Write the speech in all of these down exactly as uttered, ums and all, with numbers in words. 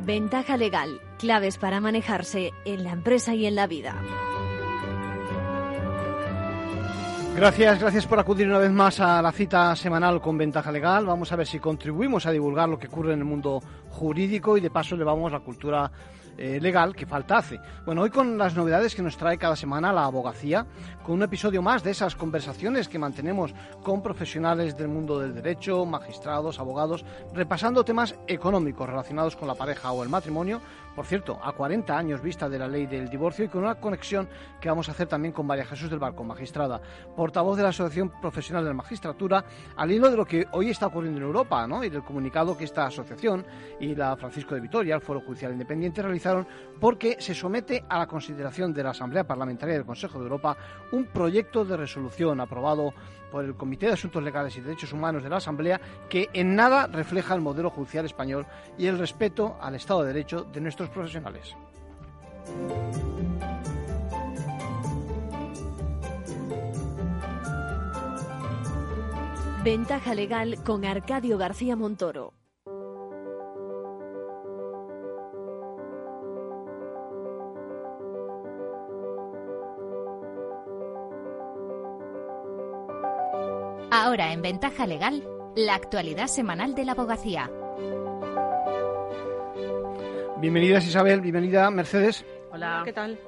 Ventaja legal, claves para manejarse en la empresa y en la vida. Gracias, gracias por acudir una vez más a la cita semanal con Ventaja Legal. Vamos a ver si contribuimos a divulgar lo que ocurre en el mundo jurídico y de paso llevamos la cultura eh, legal que falta hace. Bueno, hoy con las novedades que nos trae cada semana la abogacía, con un episodio más de esas conversaciones que mantenemos con profesionales del mundo del derecho, magistrados, abogados, repasando temas económicos relacionados con la pareja o el matrimonio. Por cierto, a cuarenta años vista de la ley del divorcio y con una conexión que vamos a hacer también con María Jesús del Barco, magistrada, portavoz de la Asociación Profesional de la Magistratura, al hilo de lo que hoy está ocurriendo en Europa, ¿no? Y del comunicado que esta asociación y la Francisco de Vitoria, el Foro Judicial Independiente, realizaron porque se somete a la consideración de la Asamblea Parlamentaria del Consejo de Europa un proyecto de resolución aprobado por el Comité de Asuntos Legales y Derechos Humanos de la Asamblea que en nada refleja el modelo judicial español y el respeto al Estado de Derecho de nuestros profesionales. Ventaja legal con Arcadio García Montoro. Ahora en Ventaja Legal, la actualidad semanal de la abogacía. Bienvenidas Isabel, bienvenida Mercedes. Hola, ¿qué tal?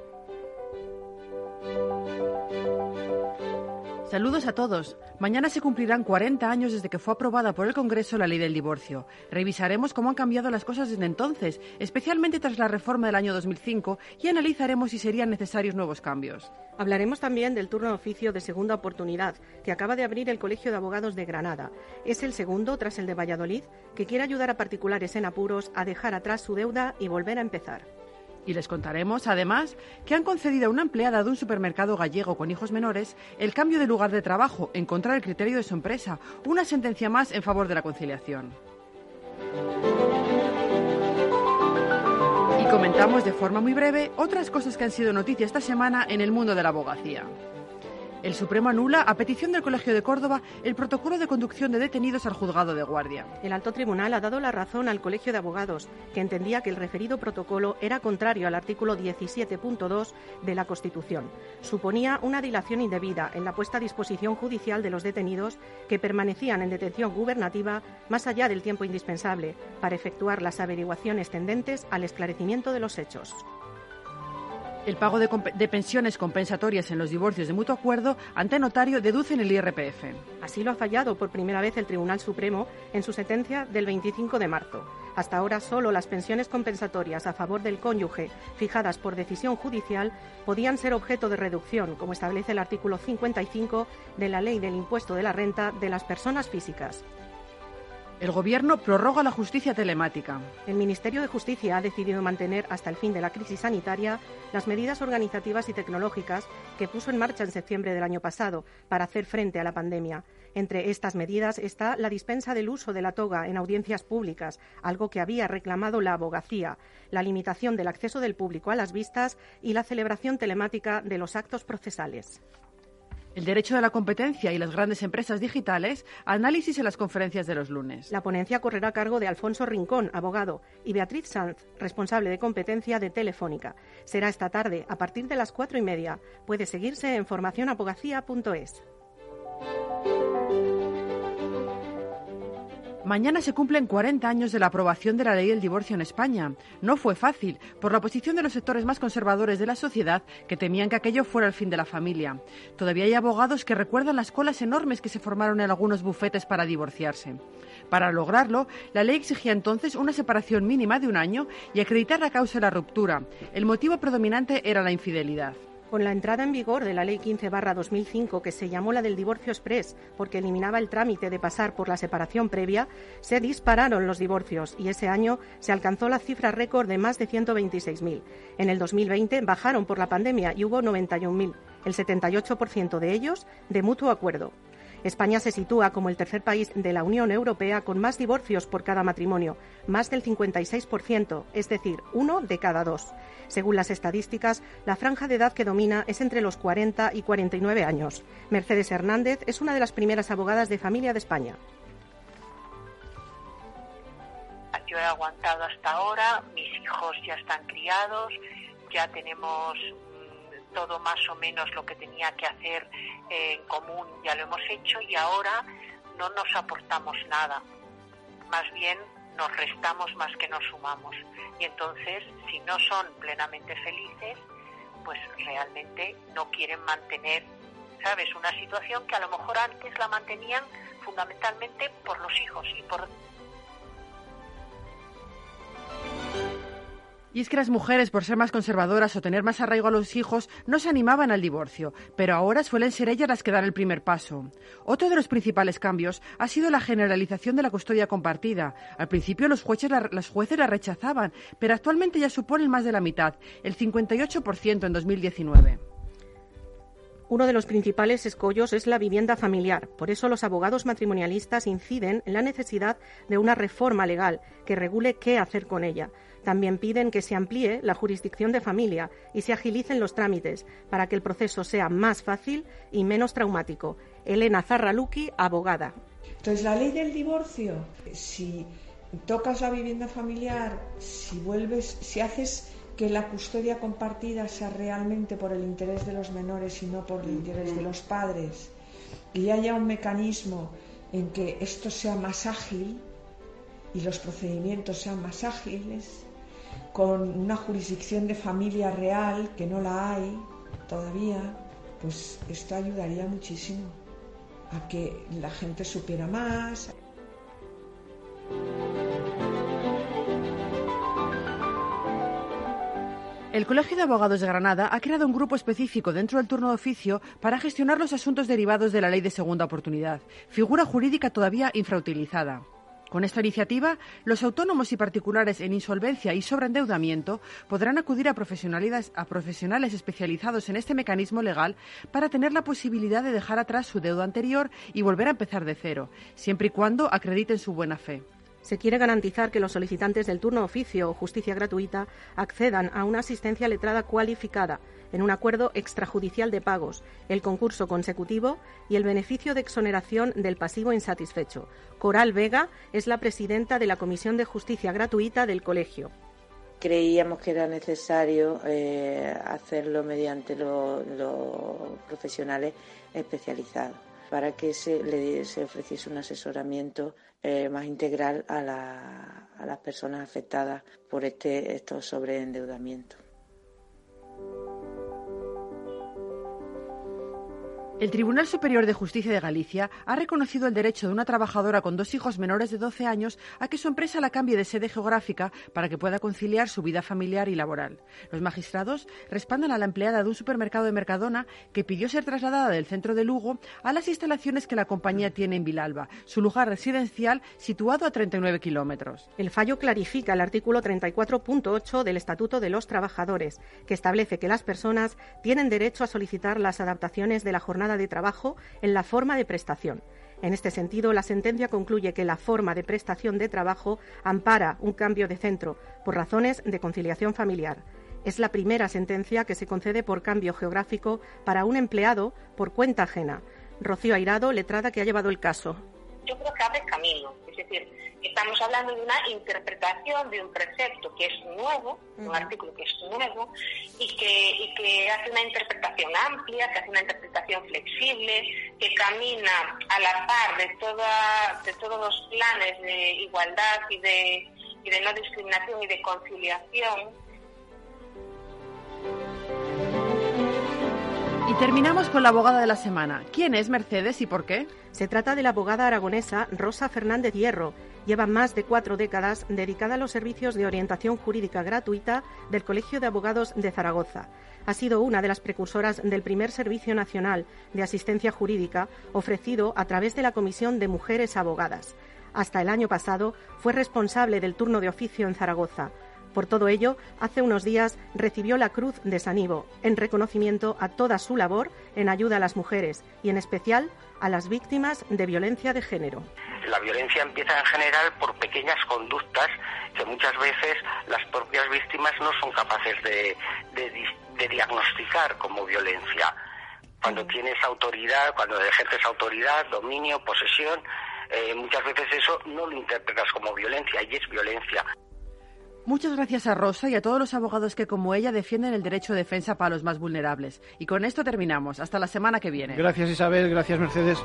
Saludos a todos. Mañana se cumplirán cuarenta años desde que fue aprobada por el Congreso la ley del divorcio. Revisaremos cómo han cambiado las cosas desde entonces, especialmente tras la reforma del año dos mil cinco, y analizaremos si serían necesarios nuevos cambios. Hablaremos también del turno de oficio de segunda oportunidad, que acaba de abrir el Colegio de Abogados de Granada. Es el segundo, tras el de Valladolid, que quiere ayudar a particulares en apuros a dejar atrás su deuda y volver a empezar. Y les contaremos, además, que han concedido a una empleada de un supermercado gallego con hijos menores el cambio de lugar de trabajo en contra del criterio de su empresa, una sentencia más en favor de la conciliación. Y comentamos de forma muy breve otras cosas que han sido noticia esta semana en el mundo de la abogacía. El Supremo anula, a petición del Colegio de Córdoba, el protocolo de conducción de detenidos al juzgado de guardia. El Alto Tribunal ha dado la razón al Colegio de Abogados, que entendía que el referido protocolo era contrario al artículo diecisiete punto dos de la Constitución. Suponía una dilación indebida en la puesta a disposición judicial de los detenidos que permanecían en detención gubernativa más allá del tiempo indispensable para efectuar las averiguaciones tendentes al esclarecimiento de los hechos. El pago de, de pensiones compensatorias en los divorcios de mutuo acuerdo ante notario deducen el I R P F. Así lo ha fallado por primera vez el Tribunal Supremo en su sentencia del veinticinco de marzo. Hasta ahora solo las pensiones compensatorias a favor del cónyuge fijadas por decisión judicial podían ser objeto de reducción, como establece el artículo cincuenta y cinco de la Ley del Impuesto de la Renta de las Personas Físicas. El Gobierno prorroga la justicia telemática. El Ministerio de Justicia ha decidido mantener hasta el fin de la crisis sanitaria las medidas organizativas y tecnológicas que puso en marcha en septiembre del año pasado para hacer frente a la pandemia. Entre estas medidas está la dispensa del uso de la toga en audiencias públicas, algo que había reclamado la abogacía, la limitación del acceso del público a las vistas y la celebración telemática de los actos procesales. El derecho de la competencia y las grandes empresas digitales, análisis en las conferencias de los lunes. La ponencia correrá a cargo de Alfonso Rincón, abogado, y Beatriz Sanz, responsable de competencia de Telefónica. Será esta tarde, a partir de las cuatro y media. Puede seguirse en formación abogacía punto es. Mañana se cumplen cuarenta años de la aprobación de la ley del divorcio en España. No fue fácil, por la oposición de los sectores más conservadores de la sociedad que temían que aquello fuera el fin de la familia. Todavía hay abogados que recuerdan las colas enormes que se formaron en algunos bufetes para divorciarse. Para lograrlo, la ley exigía entonces una separación mínima de un año y acreditar la causa de la ruptura. El motivo predominante era la infidelidad. Con la entrada en vigor de la Ley quince barra dos mil cinco, que se llamó la del divorcio exprés porque eliminaba el trámite de pasar por la separación previa, se dispararon los divorcios y ese año se alcanzó la cifra récord de más de ciento veintiséis mil. En el dos mil veinte bajaron por la pandemia y hubo noventa y un mil, el setenta y ocho por ciento de ellos de mutuo acuerdo. España se sitúa como el tercer país de la Unión Europea con más divorcios por cada matrimonio, más del cincuenta y seis por ciento, es decir, uno de cada dos. Según las estadísticas, la franja de edad que domina es entre los cuarenta y cuarenta y nueve años. Mercedes Hernández es una de las primeras abogadas de familia de España. Yo he aguantado hasta ahora, mis hijos ya están criados, ya tenemos mmm, todo más o menos lo que tenía que hacer eh, en común, ya lo hemos hecho y ahora no nos aportamos nada, más bien nos restamos más que nos sumamos. Y entonces, si no son plenamente felices, pues realmente no quieren mantener, ¿sabes?, una situación que a lo mejor antes la mantenían fundamentalmente por los hijos y por... Y es que las mujeres, por ser más conservadoras o tener más arraigo a los hijos, no se animaban al divorcio, pero ahora suelen ser ellas las que dan el primer paso. Otro de los principales cambios ha sido la generalización de la custodia compartida. Al principio los jueces la, los jueces la rechazaban, pero actualmente ya suponen más de la mitad, el cincuenta y ocho por ciento en dos mil diecinueve. Uno de los principales escollos es la vivienda familiar. Por eso los abogados matrimonialistas inciden en la necesidad de una reforma legal que regule qué hacer con ella. También piden que se amplíe la jurisdicción de familia y se agilicen los trámites para que el proceso sea más fácil y menos traumático. Elena Zarraluki, abogada. Entonces, la ley del divorcio, si tocas la vivienda familiar, si vuelves, si haces que la custodia compartida sea realmente por el interés de los menores y no por el interés de los padres, y haya un mecanismo en que esto sea más ágil y los procedimientos sean más ágiles, con una jurisdicción de familia real, que no la hay todavía, pues esto ayudaría muchísimo a que la gente supiera más. El Colegio de Abogados de Granada ha creado un grupo específico dentro del turno de oficio para gestionar los asuntos derivados de la Ley de Segunda Oportunidad, figura jurídica todavía infrautilizada. Con esta iniciativa, los autónomos y particulares en insolvencia y sobreendeudamiento podrán acudir a profesionales, a profesionales especializados en este mecanismo legal para tener la posibilidad de dejar atrás su deuda anterior y volver a empezar de cero, siempre y cuando acrediten su buena fe. Se quiere garantizar que los solicitantes del turno de oficio o justicia gratuita accedan a una asistencia letrada cualificada en un acuerdo extrajudicial de pagos, el concurso consecutivo y el beneficio de exoneración del pasivo insatisfecho. Coral Vega es la presidenta de la Comisión de Justicia Gratuita del colegio. Creíamos que era necesario eh, hacerlo mediante los lo profesionales especializados, para que se le se ofreciese un asesoramiento eh, más integral a, la, a las personas afectadas por este estos sobreendeudamientos. El Tribunal Superior de Justicia de Galicia ha reconocido el derecho de una trabajadora con dos hijos menores de doce años a que su empresa la cambie de sede geográfica para que pueda conciliar su vida familiar y laboral. Los magistrados respaldan a la empleada de un supermercado de Mercadona que pidió ser trasladada del centro de Lugo a las instalaciones que la compañía tiene en Vilalba, su lugar residencial situado a treinta y nueve kilómetros. El fallo clarifica el artículo treinta y cuatro punto ocho del Estatuto de los Trabajadores, que establece que las personas tienen derecho a solicitar las adaptaciones de la jornada de trabajo en la forma de prestación. En este sentido, la sentencia concluye que la forma de prestación de trabajo ampara un cambio de centro por razones de conciliación familiar. Es la primera sentencia que se concede por cambio geográfico para un empleado por cuenta ajena. Rocío Airado, letrada que ha llevado el caso. Yo creo que abre camino, es decir, estamos hablando de una interpretación de un precepto que es nuevo, uh-huh. un artículo que es nuevo y que, y que hace una interpretación amplia, que hace una interpretación flexible, que camina a la par de, toda, de todos los planes de igualdad y de, y de no discriminación y de conciliación. Y terminamos con la abogada de la semana. ¿Quién es Mercedes y por qué? Se trata de la abogada aragonesa Rosa Fernández Hierro. Lleva más de cuatro décadas dedicada a los servicios de orientación jurídica gratuita del Colegio de Abogados de Zaragoza. Ha sido una de las precursoras del primer Servicio Nacional de Asistencia Jurídica ofrecido a través de la Comisión de Mujeres Abogadas. Hasta el año pasado fue responsable del turno de oficio en Zaragoza. Por todo ello, hace unos días recibió la Cruz de San Ivo, en reconocimiento a toda su labor en ayuda a las mujeres y en especial a las víctimas de violencia de género. La violencia empieza en general por pequeñas conductas que muchas veces las propias víctimas no son capaces de, de, de diagnosticar como violencia. Cuando tienes autoridad, cuando ejerces autoridad, dominio, posesión, eh, muchas veces eso no lo interpretas como violencia y es violencia. Muchas gracias a Rosa y a todos los abogados que, como ella, defienden el derecho de defensa para los más vulnerables. Y con esto terminamos. Hasta la semana que viene. Gracias, Isabel. Gracias, Mercedes.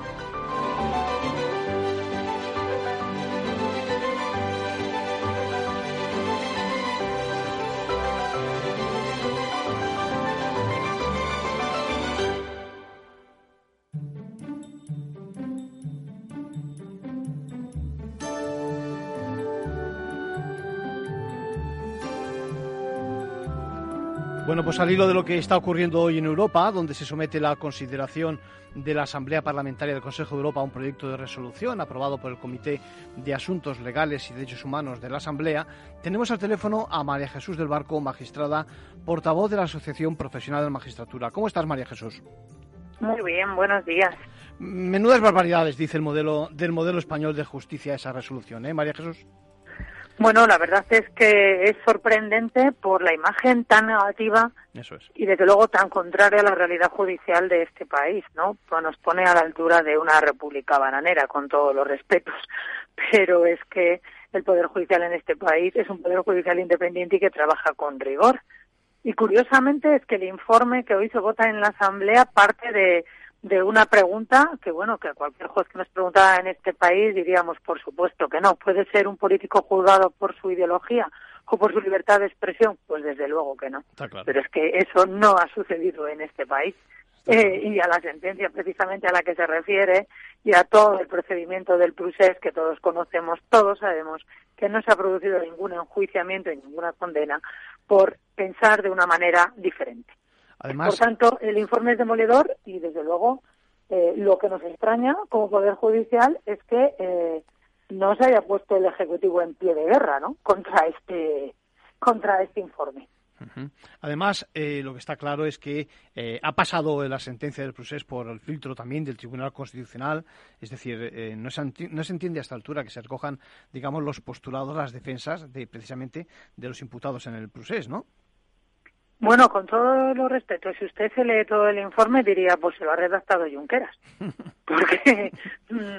Bueno, pues al hilo de lo que está ocurriendo hoy en Europa, donde se somete la consideración de la Asamblea Parlamentaria del Consejo de Europa a un proyecto de resolución aprobado por el Comité de Asuntos Legales y Derechos Humanos de la Asamblea, tenemos al teléfono a María Jesús del Barco, magistrada, portavoz de la Asociación Profesional de la Magistratura. ¿Cómo estás, María Jesús? Muy bien, buenos días. Menudas barbaridades, dice el modelo del modelo español de justicia esa resolución, ¿eh, María Jesús? Bueno, la verdad es que es sorprendente por la imagen tan negativa Eso es. y desde luego tan contraria a la realidad judicial de este país, ¿no? Pues nos pone a la altura de una república bananera, con todos los respetos, pero es que el Poder Judicial en este país es un Poder Judicial independiente y que trabaja con rigor. Y curiosamente es que el informe que hoy se vota en la Asamblea parte de de una pregunta que, bueno, que a cualquier juez que nos preguntara en este país diríamos, por supuesto que no. ¿Puede ser un político juzgado por su ideología o por su libertad de expresión? Pues desde luego que no. Está claro. Pero es que eso no ha sucedido en este país. Eh, y a la sentencia precisamente a la que se refiere y a todo el procedimiento del procés que todos conocemos, todos sabemos que no se ha producido ningún enjuiciamiento y ninguna condena por pensar de una manera diferente. Además, por tanto, el informe es demoledor y, desde luego, eh, lo que nos extraña como Poder Judicial es que eh, no se haya puesto el Ejecutivo en pie de guerra, ¿no?, contra este contra este informe. Uh-huh. Además, eh, lo que está claro es que eh, ha pasado la sentencia del procés por el filtro también del Tribunal Constitucional, es decir, eh, no, se anti- no se entiende a esta altura que se recojan, digamos, los postulados, las defensas de precisamente de los imputados en el procés, ¿no? Bueno, con todo los respetos, si usted se lee todo el informe diría, pues se lo ha redactado Junqueras, porque mm,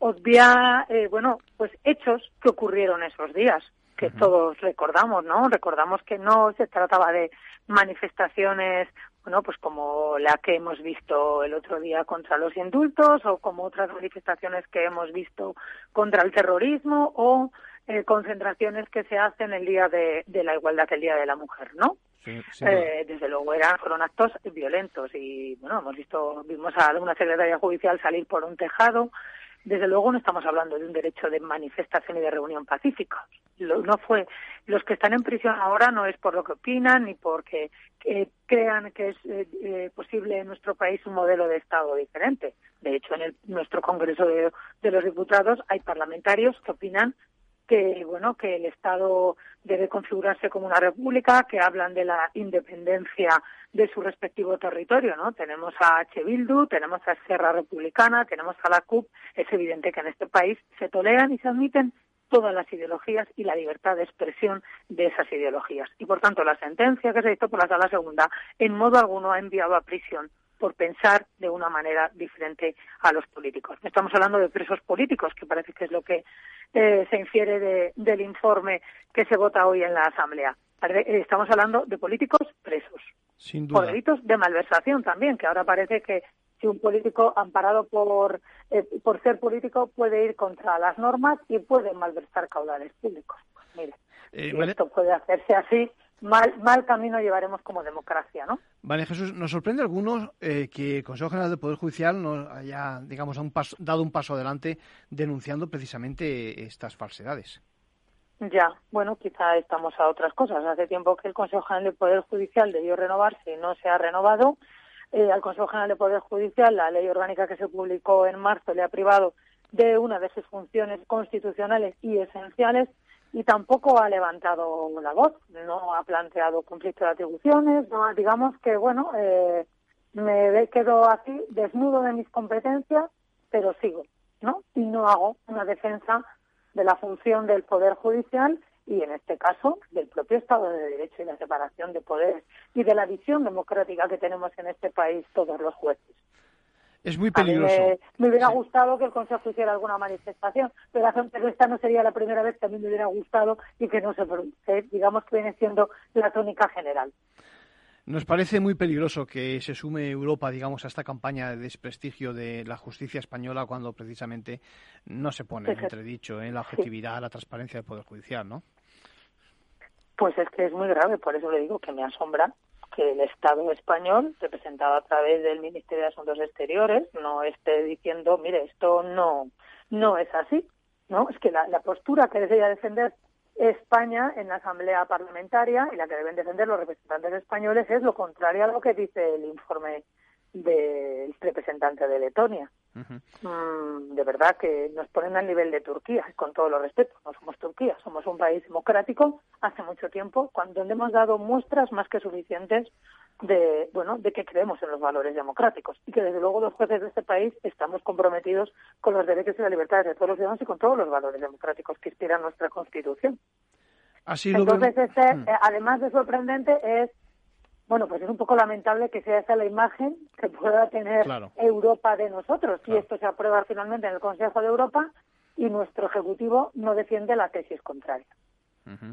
obvia, eh, bueno, pues hechos que ocurrieron esos días, que uh-huh. todos recordamos, ¿no? Recordamos que no se trataba de manifestaciones, bueno, pues como la que hemos visto el otro día contra los indultos o como otras manifestaciones que hemos visto contra el terrorismo o eh, concentraciones que se hacen el día de, de la igualdad, el Día de la Mujer, ¿no? Sí, sí. Eh, desde luego eran fueron actos violentos y bueno hemos visto vimos a alguna secretaria judicial salir por un tejado. Desde luego no estamos hablando de un derecho de manifestación y de reunión pacífica. Lo, no fue los que están en prisión ahora no es por lo que opinan ni porque eh, crean que es eh, eh, posible en nuestro país un modelo de Estado diferente. De hecho, en el, nuestro Congreso de, de los Diputados hay parlamentarios que opinan que bueno que el Estado debe configurarse como una república, que hablan de la independencia de su respectivo territorio, ¿no? Tenemos a H. Bildu, tenemos a Esquerra Republicana, tenemos a la C U P. Es evidente que en este país se toleran y se admiten todas las ideologías y la libertad de expresión de esas ideologías. Y por tanto, la sentencia que se dictó por la Sala Segunda en modo alguno ha enviado a prisión por pensar de una manera diferente a los políticos. Estamos hablando de presos políticos, que parece que es lo que eh, se infiere de, del informe que se vota hoy en la Asamblea. Estamos hablando de políticos presos. Sin duda. Por delitos de malversación también, que ahora parece que si un político amparado por, eh, por ser político puede ir contra las normas y puede malversar caudales públicos. Pues mire, eh, si vale. esto puede hacerse así, mal, mal camino llevaremos como democracia, ¿no? Vale, Jesús, nos sorprende a algunos eh, que el Consejo General del Poder Judicial no haya, digamos, un paso, dado un paso adelante denunciando precisamente estas falsedades. Ya, bueno, quizá estamos a otras cosas. Hace tiempo que el Consejo General del Poder Judicial debió renovarse y no se ha renovado. Eh, al Consejo General del Poder Judicial, la ley orgánica que se publicó en marzo le ha privado de una de sus funciones constitucionales y esenciales y tampoco ha levantado la voz, no ha planteado conflicto de atribuciones, no, digamos que, bueno, eh, me quedo así desnudo de mis competencias, pero sigo, ¿no? Y no hago una defensa de la función del Poder Judicial y, en este caso, del propio Estado de Derecho y la separación de poderes y de la visión democrática que tenemos en este país todos los jueces. Es muy peligroso. A mí me, me hubiera sí. gustado que el Consejo hiciera alguna manifestación, pero, pero esta no sería la primera vez que a mí me hubiera gustado y que no se produce. Digamos que viene siendo la tónica general. Nos parece muy peligroso que se sume Europa, digamos, a esta campaña de desprestigio de la justicia española cuando precisamente no se pone en entredicho en la objetividad, sí. la transparencia del Poder Judicial, ¿no? Pues es que es muy grave, por eso le digo que me asombra que el Estado español, representado a través del Ministerio de Asuntos Exteriores, no esté diciendo, mire, esto no no es así, ¿no? Es que la, la postura que debería defender España en la Asamblea Parlamentaria y la que deben defender los representantes españoles es lo contrario a lo que dice el informe del representante de Letonia. Uh-huh. Mm, de verdad que nos ponen al nivel de Turquía, con todo los respetos. No somos Turquía, somos un país democrático hace mucho tiempo, cuando le hemos dado muestras más que suficientes de bueno de que creemos en los valores democráticos y que desde luego los jueces de este país estamos comprometidos con los derechos y las libertades de todos los ciudadanos y con todos los valores democráticos que inspiran nuestra Constitución. Así lo Entonces, veo. este, mm. eh, además de sorprendente, es bueno, pues es un poco lamentable que sea esa la imagen que pueda tener claro. Europa de nosotros. Claro. Y esto se aprueba finalmente en el Consejo de Europa y nuestro Ejecutivo no defiende la tesis contraria. Uh-huh.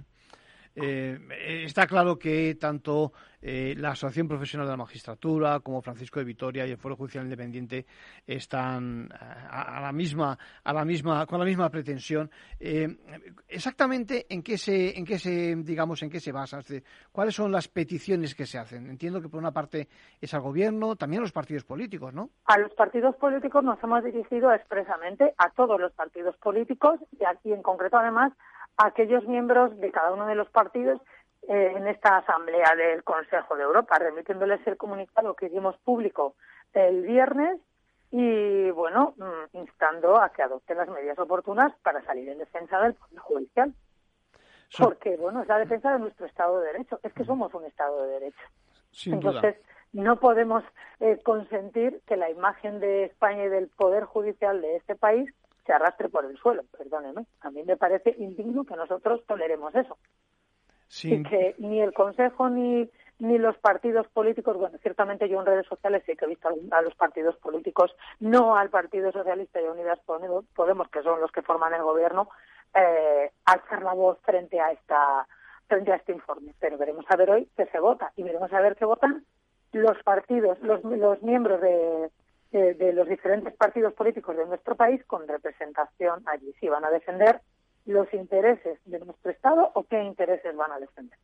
Eh, está claro que tanto eh, la Asociación Profesional de la Magistratura como Francisco de Vitoria y el Foro Judicial Independiente están a, a la misma, a la misma, con la misma pretensión. Eh, exactamente en qué se, en qué se, digamos, en qué se basa, es decir, cuáles son las peticiones que se hacen. Entiendo que por una parte es al gobierno, también a los partidos políticos, ¿no? A los partidos políticos nos hemos dirigido expresamente a todos los partidos políticos y aquí en concreto además a aquellos miembros de cada uno de los partidos eh, en esta asamblea del Consejo de Europa, remitiéndoles el comunicado que hicimos público el viernes y, bueno, mmm, instando a que adopten las medidas oportunas para salir en defensa del Poder Judicial. Sí. Porque, bueno, es la defensa de nuestro Estado de Derecho. Es que somos un Estado de Derecho. Sin Entonces, duda. no podemos eh, consentir que la imagen de España y del Poder Judicial de este país se arrastre por el suelo, perdóneme. A mí me parece indigno que nosotros toleremos eso. Sí. Y que ni el Consejo ni ni los partidos políticos, bueno, ciertamente yo en redes sociales sí que he visto a los partidos políticos, no al Partido Socialista y a Unidas Podemos, que son los que forman el gobierno, eh, alzar la voz frente a esta frente a este informe. Pero veremos a ver hoy qué se vota y veremos a ver qué votan los partidos, los, los miembros de De, de los diferentes partidos políticos de nuestro país con representación allí. Si van a defender los intereses de nuestro Estado o qué intereses van a defender.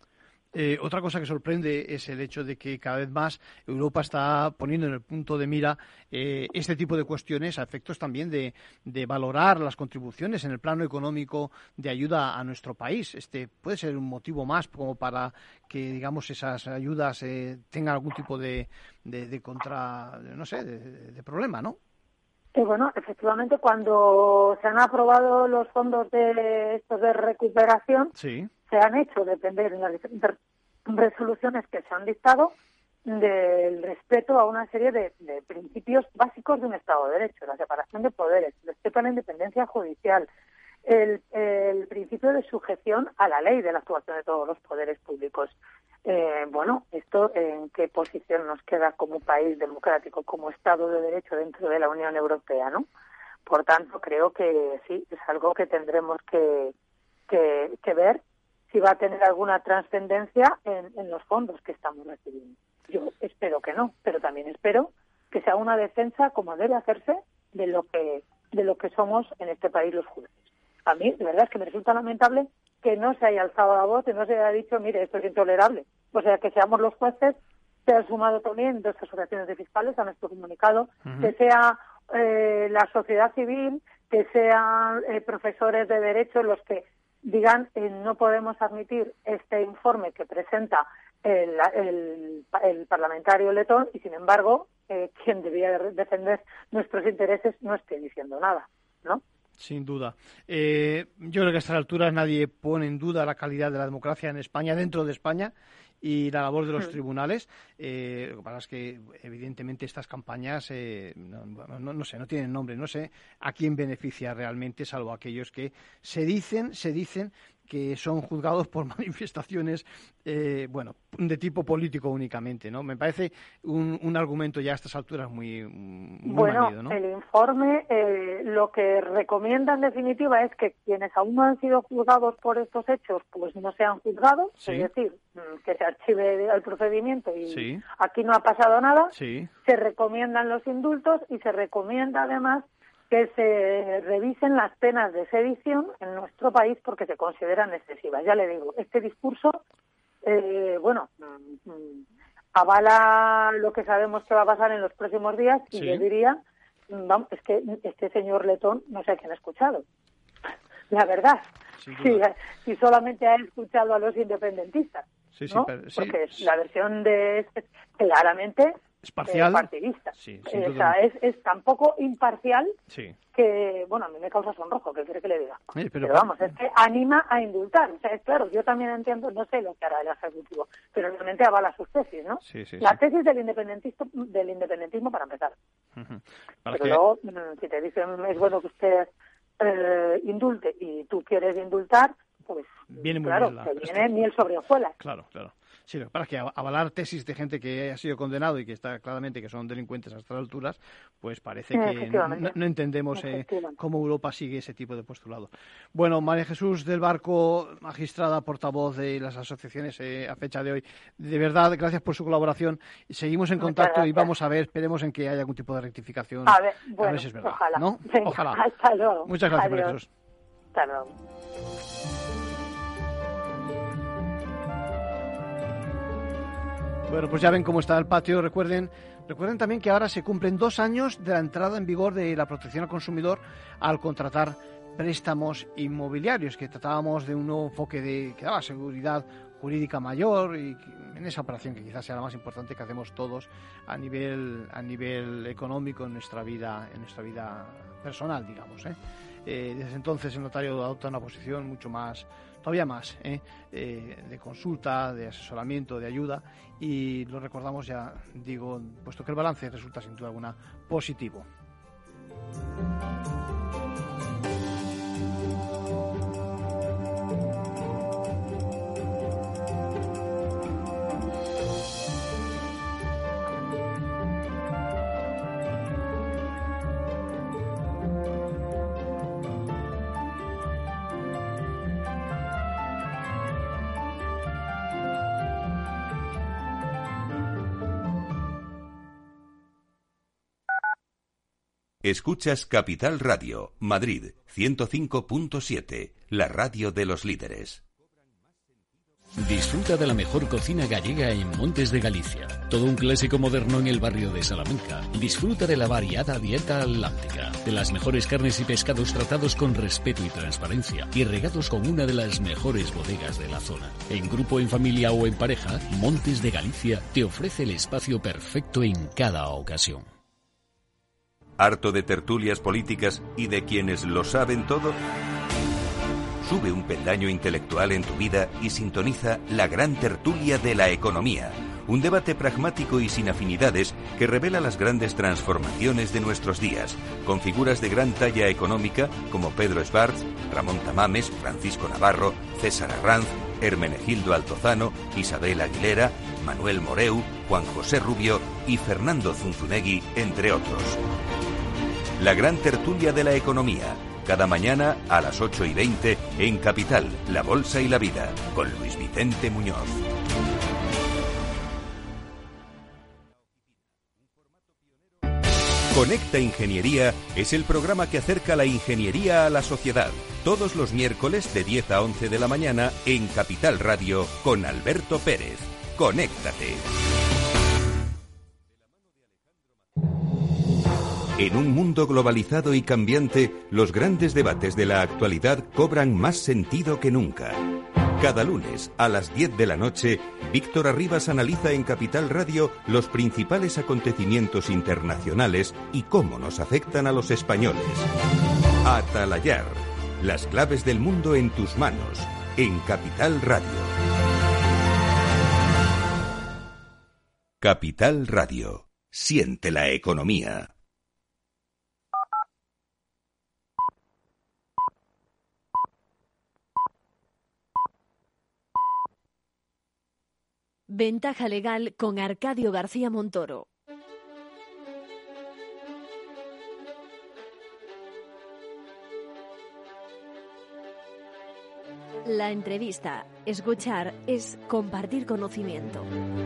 Eh, otra cosa que sorprende es el hecho de que cada vez más Europa está poniendo en el punto de mira eh, este tipo de cuestiones a efectos también de, de valorar las contribuciones en el plano económico de ayuda a nuestro país. Este puede ser un motivo más como para que, digamos, esas ayudas eh, tengan algún tipo de, de, de contra, no sé, de, de problema, ¿no? Y bueno, efectivamente, cuando se han aprobado los fondos de estos de recuperación, sí. se han hecho depender en las diferentes resoluciones que se han dictado del respeto a una serie de, de principios básicos de un Estado de Derecho, la separación de poderes, el respeto a la independencia judicial, el, el principio de sujeción a la ley de la actuación de todos los poderes públicos. Eh, bueno, ¿esto en qué posición nos queda como país democrático, como Estado de Derecho dentro de la Unión Europea, ¿no? Por tanto, creo que sí, es algo que tendremos que, que, que ver si va a tener alguna trascendencia en, en los fondos que estamos recibiendo. Yo espero que no, pero también espero que sea una defensa como debe hacerse de lo que de lo que somos en este país los jueces. A mí, de verdad, es que me resulta lamentable que no se haya alzado la voz y no se haya dicho, mire, esto es intolerable. O sea, que seamos los jueces, se han sumado también dos asociaciones de fiscales a nuestro comunicado, uh-huh. que sea eh, la sociedad civil, que sean eh, profesores de derecho los que digan eh, no podemos admitir este informe que presenta el, el, el parlamentario letón y, sin embargo, eh, quien debía defender nuestros intereses no esté diciendo nada, ¿no? Sin duda. Eh, yo creo que a estas alturas nadie pone en duda la calidad de la democracia en España, dentro de España, y la labor de los tribunales. Eh, lo que pasa es que, evidentemente, estas campañas, eh, no, no, no sé, no tienen nombre, no sé a quién beneficia realmente, salvo a aquellos que se dicen, se dicen que son juzgados por manifestaciones, eh, bueno, de tipo político únicamente, ¿no? Me parece un, un argumento ya a estas alturas muy, muy bueno, manido, ¿no? El informe eh, lo que recomienda en definitiva es que quienes aún no han sido juzgados por estos hechos, pues no sean juzgados, sí. Es decir, que se archive el procedimiento y sí. Aquí no ha pasado nada. Sí. Se recomiendan los indultos y se recomienda además que se revisen las penas de sedición en nuestro país porque se consideran excesivas. Ya le digo, este discurso, eh, bueno, avala lo que sabemos que va a pasar en los próximos días y sí. Yo diría, vamos, es que este señor Letón no sé a quién ha escuchado. La verdad, si, si solamente ha escuchado a los independentistas, sí, sí, ¿no? pero, sí, porque sí. La versión de este claramente es parcial, eh, partidista. Sí, o sea, es, es tan poco imparcial sí. que, bueno, a mí me causa sonrojo, ¿qué quiere que le diga? Sí, pero, pero vamos, es que anima a indultar. O sea, es claro, yo también entiendo, no sé lo que hará el Ejecutivo, pero realmente avala sus tesis, ¿no? Sí, sí, La sí. tesis del independentismo, del independentismo para empezar. Uh-huh. Para pero que... luego, si te dicen es bueno que usted eh, indulte y tú quieres indultar, pues viene muy claro, bien la... te viene miel sobre hojuelas. Claro, claro. Sí, lo que pasa es que avalar tesis de gente que ha sido condenado y que está claramente que son delincuentes a estas alturas, pues parece que no, no entendemos eh, cómo Europa sigue ese tipo de postulado. Bueno, María Jesús del Barco, magistrada, portavoz de las asociaciones eh, a fecha de hoy, de verdad, gracias por su colaboración. Seguimos en contacto y vamos a ver, esperemos en que haya algún tipo de rectificación. A ver, bueno, a ver si es verdad, ojalá. ¿no? Venga, ojalá. Hasta luego. Muchas gracias, Adiós. María Jesús. Hasta luego. Bueno, pues ya ven cómo está el patio. Recuerden, recuerden también que ahora se cumplen dos años de la entrada en vigor de la protección al consumidor al contratar préstamos inmobiliarios, que tratábamos de un nuevo enfoque de que daba seguridad jurídica mayor y en esa operación que quizás sea la más importante que hacemos todos a nivel a nivel económico en nuestra vida en nuestra vida personal, digamos, ¿eh? Eh, desde entonces el notario adopta una posición mucho más, todavía más, ¿eh? Eh, de consulta, de asesoramiento, de ayuda, y lo recordamos ya, digo, puesto que el balance resulta sin duda alguna positivo. Escuchas Capital Radio, Madrid, ciento cinco punto siete, la radio de los líderes. Disfruta de la mejor cocina gallega en Montes de Galicia. Todo un clásico moderno en el barrio de Salamanca. Disfruta de la variada dieta atlántica, de las mejores carnes y pescados tratados con respeto y transparencia y regados con una de las mejores bodegas de la zona. En grupo, en familia o en pareja, Montes de Galicia te ofrece el espacio perfecto en cada ocasión. ¿Harto de tertulias políticas y de quienes lo saben todo? Sube un peldaño intelectual en tu vida y sintoniza la gran tertulia de la economía. Un debate pragmático y sin afinidades que revela las grandes transformaciones de nuestros días, con figuras de gran talla económica como Pedro Schwartz, Ramón Tamames, Francisco Navarro, César Arranz, Hermenegildo Altozano, Isabel Aguilera, Manuel Moreu, Juan José Rubio y Fernando Zunzunegui, entre otros. La gran tertulia de la economía, cada mañana a las ocho y veinte en Capital, La Bolsa y la Vida, con Luis Vicente Muñoz. Conecta Ingeniería es el programa que acerca la ingeniería a la sociedad. Todos los miércoles de diez a once de la mañana en Capital Radio con Alberto Pérez. Conéctate. En un mundo globalizado y cambiante, los grandes debates de la actualidad cobran más sentido que nunca. Cada lunes, a las diez de la noche, Víctor Arribas analiza en Capital Radio los principales acontecimientos internacionales y cómo nos afectan a los españoles. Atalayar, las claves del mundo en tus manos, en Capital Radio. Capital Radio. Siente la economía. Ventaja Legal con Arcadio García Montoro. La entrevista, escuchar, es compartir conocimiento.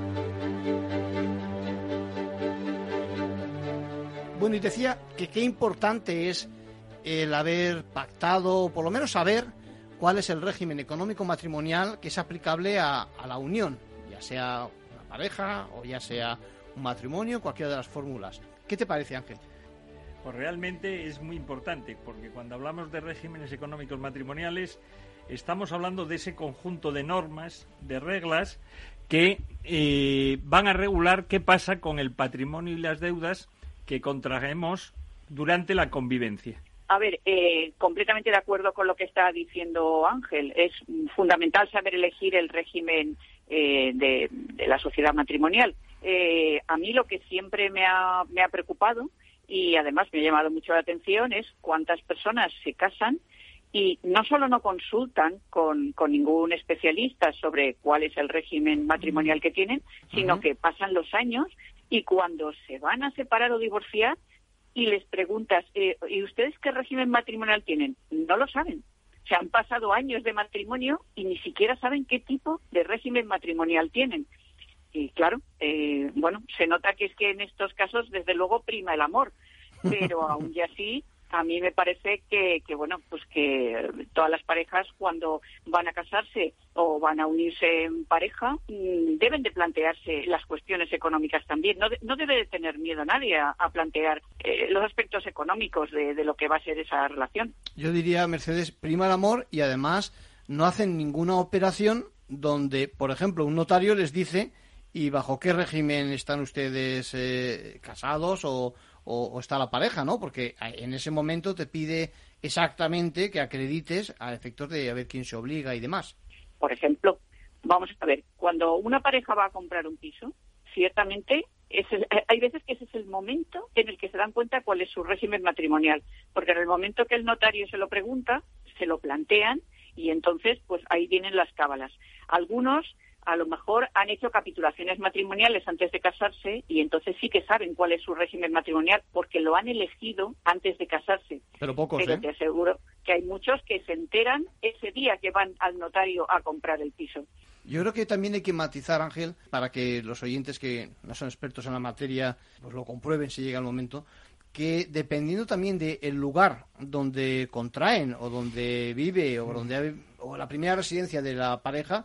Bueno, y decía que qué importante es el haber pactado, o por lo menos saber cuál es el régimen económico matrimonial que es aplicable a, a la unión, ya sea una pareja o ya sea un matrimonio, cualquiera de las fórmulas. ¿Qué te parece, Ángel? Pues realmente es muy importante, porque cuando hablamos de regímenes económicos matrimoniales, estamos hablando de ese conjunto de normas, de reglas, que eh, van a regular qué pasa con el patrimonio y las deudas que contraemos durante la convivencia. A ver, eh, completamente de acuerdo con lo que está diciendo Ángel. Es fundamental saber elegir el régimen eh, de, de la sociedad matrimonial. Eh, a mí lo que siempre me ha, me ha preocupado y además me ha llamado mucho la atención es cuántas personas se casan y no solo no consultan con, con ningún especialista sobre cuál es el régimen matrimonial que tienen, sino uh-huh. que pasan los años y cuando se van a separar o divorciar y les preguntas, eh, ¿y ustedes qué régimen matrimonial tienen? No lo saben. O sea, han pasado años de matrimonio y ni siquiera saben qué tipo de régimen matrimonial tienen. Y claro, eh, bueno, se nota que es que en estos casos, desde luego, prima el amor. Pero aún y así, a mí me parece que, que, bueno, pues que todas las parejas cuando van a casarse o van a unirse en pareja deben de plantearse las cuestiones económicas también. No, de, no debe de tener miedo nadie a, a plantear eh, los aspectos económicos de, de lo que va a ser esa relación. Yo diría, Mercedes, prima el amor y además no hacen ninguna operación donde, por ejemplo, un notario les dice ¿y bajo qué régimen están ustedes eh, casados o, o, o está la pareja, ¿no? Porque en ese momento te pide exactamente que acredites a efectos de a ver quién se obliga y demás. Por ejemplo, vamos a ver, cuando una pareja va a comprar un piso, ciertamente es el, hay veces que ese es el momento en el que se dan cuenta cuál es su régimen matrimonial, porque en el momento que el notario se lo pregunta, se lo plantean y entonces pues ahí vienen las cábalas. Algunos a lo mejor han hecho capitulaciones matrimoniales antes de casarse y entonces sí que saben cuál es su régimen matrimonial porque lo han elegido antes de casarse. Pero pocos, Pero ¿eh? te aseguro que hay muchos que se enteran ese día que van al notario a comprar el piso. Yo creo que también hay que matizar, Ángel, para que los oyentes que no son expertos en la materia pues lo comprueben si llega el momento, que dependiendo también del lugar donde contraen o donde vive o donde o la primera residencia de la pareja,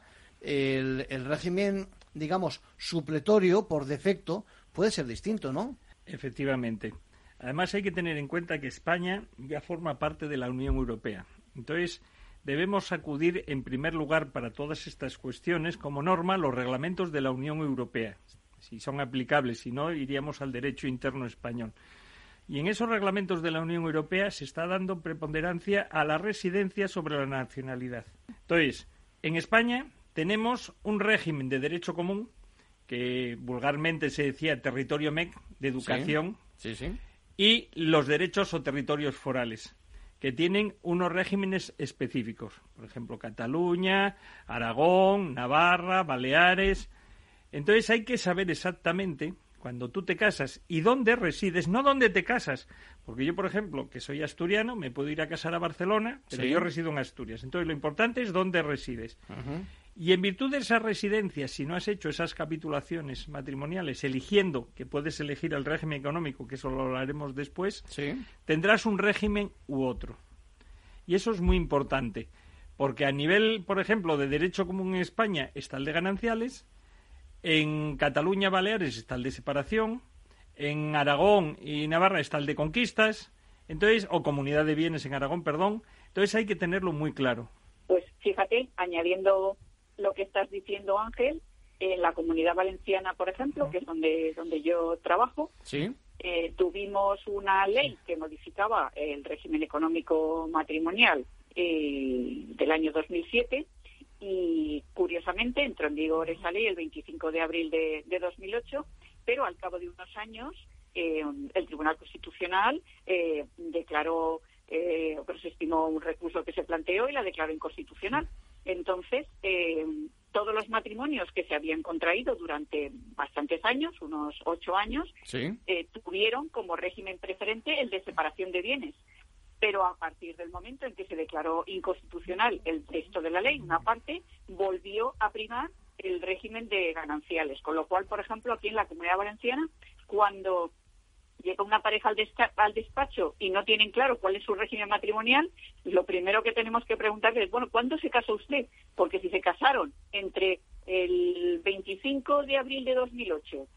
El, el régimen, digamos, supletorio por defecto puede ser distinto, ¿no? Efectivamente. Además hay que tener en cuenta que España ya forma parte de la Unión Europea. Entonces debemos acudir en primer lugar para todas estas cuestiones como norma los reglamentos de la Unión Europea. Si son aplicables, si no, iríamos al derecho interno español. Y en esos reglamentos de la Unión Europea se está dando preponderancia a la residencia sobre la nacionalidad. Entonces, en España tenemos un régimen de derecho común, que vulgarmente se decía territorio M E C, de educación, sí, sí, sí. y los derechos o territorios forales, que tienen unos regímenes específicos. Por ejemplo, Cataluña, Aragón, Navarra, Baleares. Entonces hay que saber exactamente cuando tú te casas y dónde resides, no dónde te casas. Porque yo, por ejemplo, que soy asturiano, me puedo ir a casar a Barcelona, pero sí. yo resido en Asturias. Entonces lo importante es dónde resides. Uh-huh. Y en virtud de esas residencias, si no has hecho esas capitulaciones matrimoniales, eligiendo, que puedes elegir el régimen económico, que eso lo hablaremos después, sí. tendrás un régimen u otro. Y eso es muy importante, porque a nivel, por ejemplo, de derecho común en España está el de gananciales, en Cataluña, Baleares está el de separación, en Aragón y Navarra está el de conquistas, entonces, o comunidad de bienes en Aragón, perdón. Entonces hay que tenerlo muy claro. Pues fíjate, añadiendo lo que estás diciendo, Ángel, en la Comunidad Valenciana, por ejemplo, que es donde donde yo trabajo, sí. eh, tuvimos una ley que modificaba el régimen económico matrimonial eh, del año dos mil siete y, curiosamente, entró en vigor esa ley el veinticinco de abril de, de dos mil ocho, pero al cabo de unos años eh, el Tribunal Constitucional eh, declaró, eh, pero se estimó un recurso que se planteó y la declaró inconstitucional. Entonces, eh, todos los matrimonios que se habían contraído durante bastantes años, unos ocho años, sí. eh, tuvieron como régimen preferente el de separación de bienes. Pero a partir del momento en que se declaró inconstitucional el texto de la ley, una parte, volvió a primar el régimen de gananciales. Con lo cual, por ejemplo, aquí en la Comunidad Valenciana, cuando llega una pareja al, desca- al despacho y no tienen claro cuál es su régimen matrimonial, lo primero que tenemos que preguntarles es, bueno, ¿cuándo se casó usted? Porque si se casaron entre el veinticinco de abril de dos mil ocho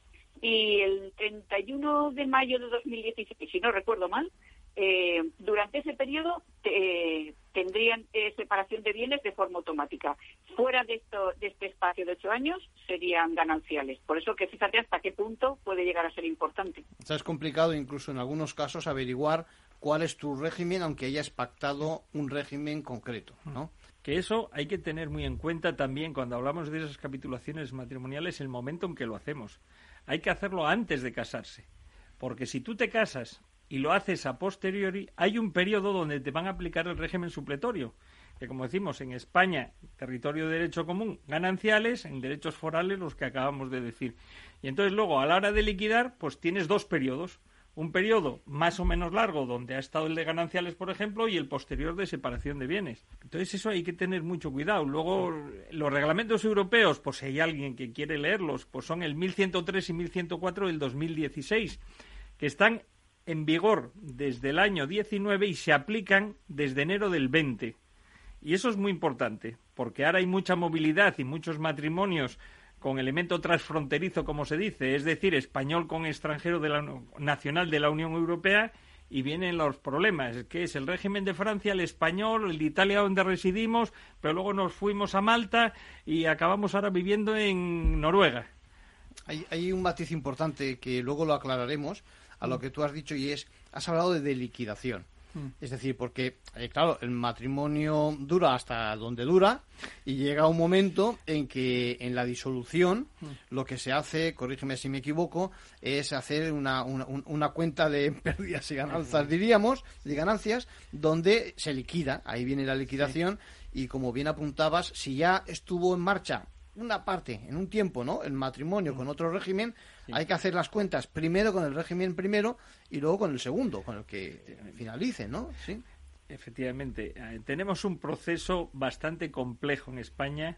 y el treinta y uno de mayo de dos mil dieciséis, si no recuerdo mal, eh, durante ese periodo eh, tendrían eh, separación de bienes de forma automática. Fuera de, esto, de este espacio de ocho años serían gananciales. Por eso que fíjate hasta qué punto puede llegar a ser importante. O sea, es complicado incluso en algunos casos averiguar cuál es tu régimen, aunque hayas pactado un régimen concreto, ¿no? Que eso hay que tener muy en cuenta también cuando hablamos de esas capitulaciones matrimoniales, el momento en que lo hacemos. Hay que hacerlo antes de casarse, porque si tú te casas y lo haces a posteriori, hay un periodo donde te van a aplicar el régimen supletorio, que como decimos en España, territorio de derecho común, gananciales, en derechos forales los que acabamos de decir. Y entonces luego a la hora de liquidar, pues tienes dos periodos. Un periodo más o menos largo donde ha estado el de gananciales, por ejemplo, y el posterior de separación de bienes. Entonces eso hay que tener mucho cuidado. Luego los reglamentos europeos, pues si hay alguien que quiere leerlos, pues son el mil ciento tres y mil ciento cuatro del dos mil dieciséis, que están en vigor desde el año diecinueve y se aplican desde enero del veinte. Y eso es muy importante, porque ahora hay mucha movilidad y muchos matrimonios con elemento transfronterizo, como se dice, es decir, español con extranjero de la, nacional de la Unión Europea, y vienen los problemas, que es el régimen de Francia, el español, el de Italia donde residimos, pero luego nos fuimos a Malta y acabamos ahora viviendo en Noruega. Hay, hay un matiz importante que luego lo aclararemos a lo que tú has dicho, y es, has hablado de, de liquidación. Es decir, porque, eh, claro, el matrimonio dura hasta donde dura y llega un momento en que en la disolución lo que se hace, corrígeme si me equivoco, es hacer una, una, una cuenta de pérdidas y ganancias, diríamos, de ganancias, donde se liquida, ahí viene la liquidación, sí. Y como bien apuntabas, si ya estuvo en marcha una parte, en un tiempo, ¿no?, el matrimonio con otro régimen, sí. Hay que hacer las cuentas primero con el régimen primero y luego con el segundo, con el que finalice, ¿no? Sí. Efectivamente. Tenemos un proceso bastante complejo en España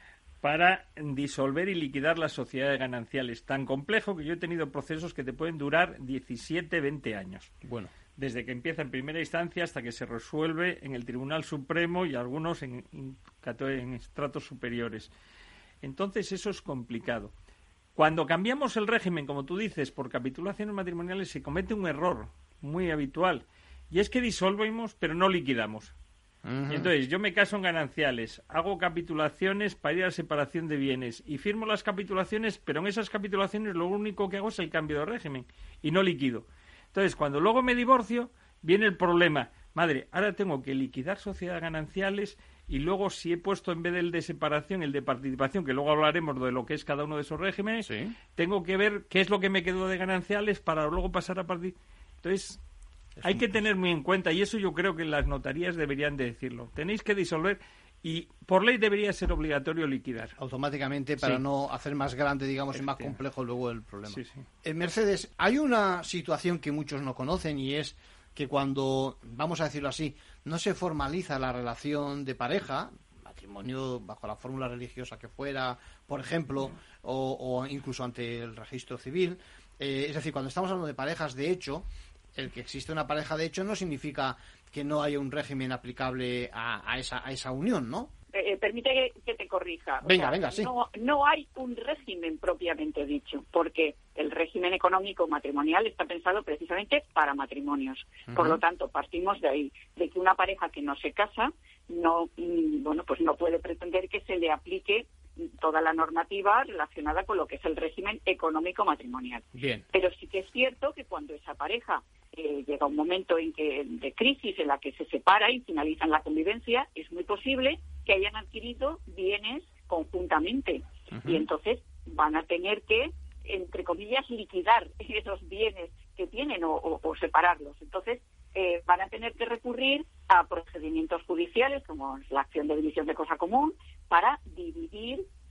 para disolver y liquidar las sociedades gananciales. Tan complejo que yo he tenido procesos que te pueden durar diecisiete, veinte años. Bueno. Desde que empieza en primera instancia hasta que se resuelve en el Tribunal Supremo y algunos en, en, en estratos superiores. Entonces eso es complicado. Cuando cambiamos el régimen, como tú dices, por capitulaciones matrimoniales, se comete un error muy habitual, y es que disolvemos pero no liquidamos. Uh-huh. Y entonces yo me caso en gananciales, hago capitulaciones para ir a separación de bienes y firmo las capitulaciones, pero en esas capitulaciones lo único que hago es el cambio de régimen y no liquido. Entonces cuando luego me divorcio viene el problema, madre, ahora tengo que liquidar sociedades gananciales y luego si he puesto en vez del de separación el de participación, que luego hablaremos de lo que es cada uno de esos regímenes, sí. Tengo que ver qué es lo que me quedó de gananciales para luego pasar a partir. Entonces es hay que tener muy en cuenta, y eso yo creo que las notarías deberían de decirlo. Tenéis que disolver y por ley debería ser obligatorio liquidar. Automáticamente para sí. No hacer más grande, digamos, y más complejo luego el problema. Sí, sí. En Mercedes, hay una situación que muchos no conocen y es que cuando, vamos a decirlo así, no se formaliza la relación de pareja, matrimonio bajo la fórmula religiosa que fuera, por ejemplo, o, o incluso ante el registro civil, eh, es decir, cuando estamos hablando de parejas de hecho, el que existe una pareja de hecho no significa que no haya un régimen aplicable a, a, esa, a esa unión, ¿no? Eh, permite que, que te corrija. Venga, o sea, venga, sí. No, no hay un régimen propiamente dicho, porque el régimen económico matrimonial está pensado precisamente para matrimonios. Uh-huh. Por lo tanto, partimos de ahí, de que una pareja que no se casa, no, bueno, pues no puede pretender que se le aplique toda la normativa relacionada con lo que es el régimen económico matrimonial. Bien. Pero sí que es cierto que cuando esa pareja eh, llega un momento en que de crisis en la que se separa y finalizan la convivencia, es muy posible que hayan adquirido bienes conjuntamente. Uh-huh. Y entonces van a tener que, entre comillas, liquidar esos bienes que tienen o, o, o separarlos. Entonces eh, van a tener que recurrir a procedimientos judiciales, como la acción de división de cosa común, para dividir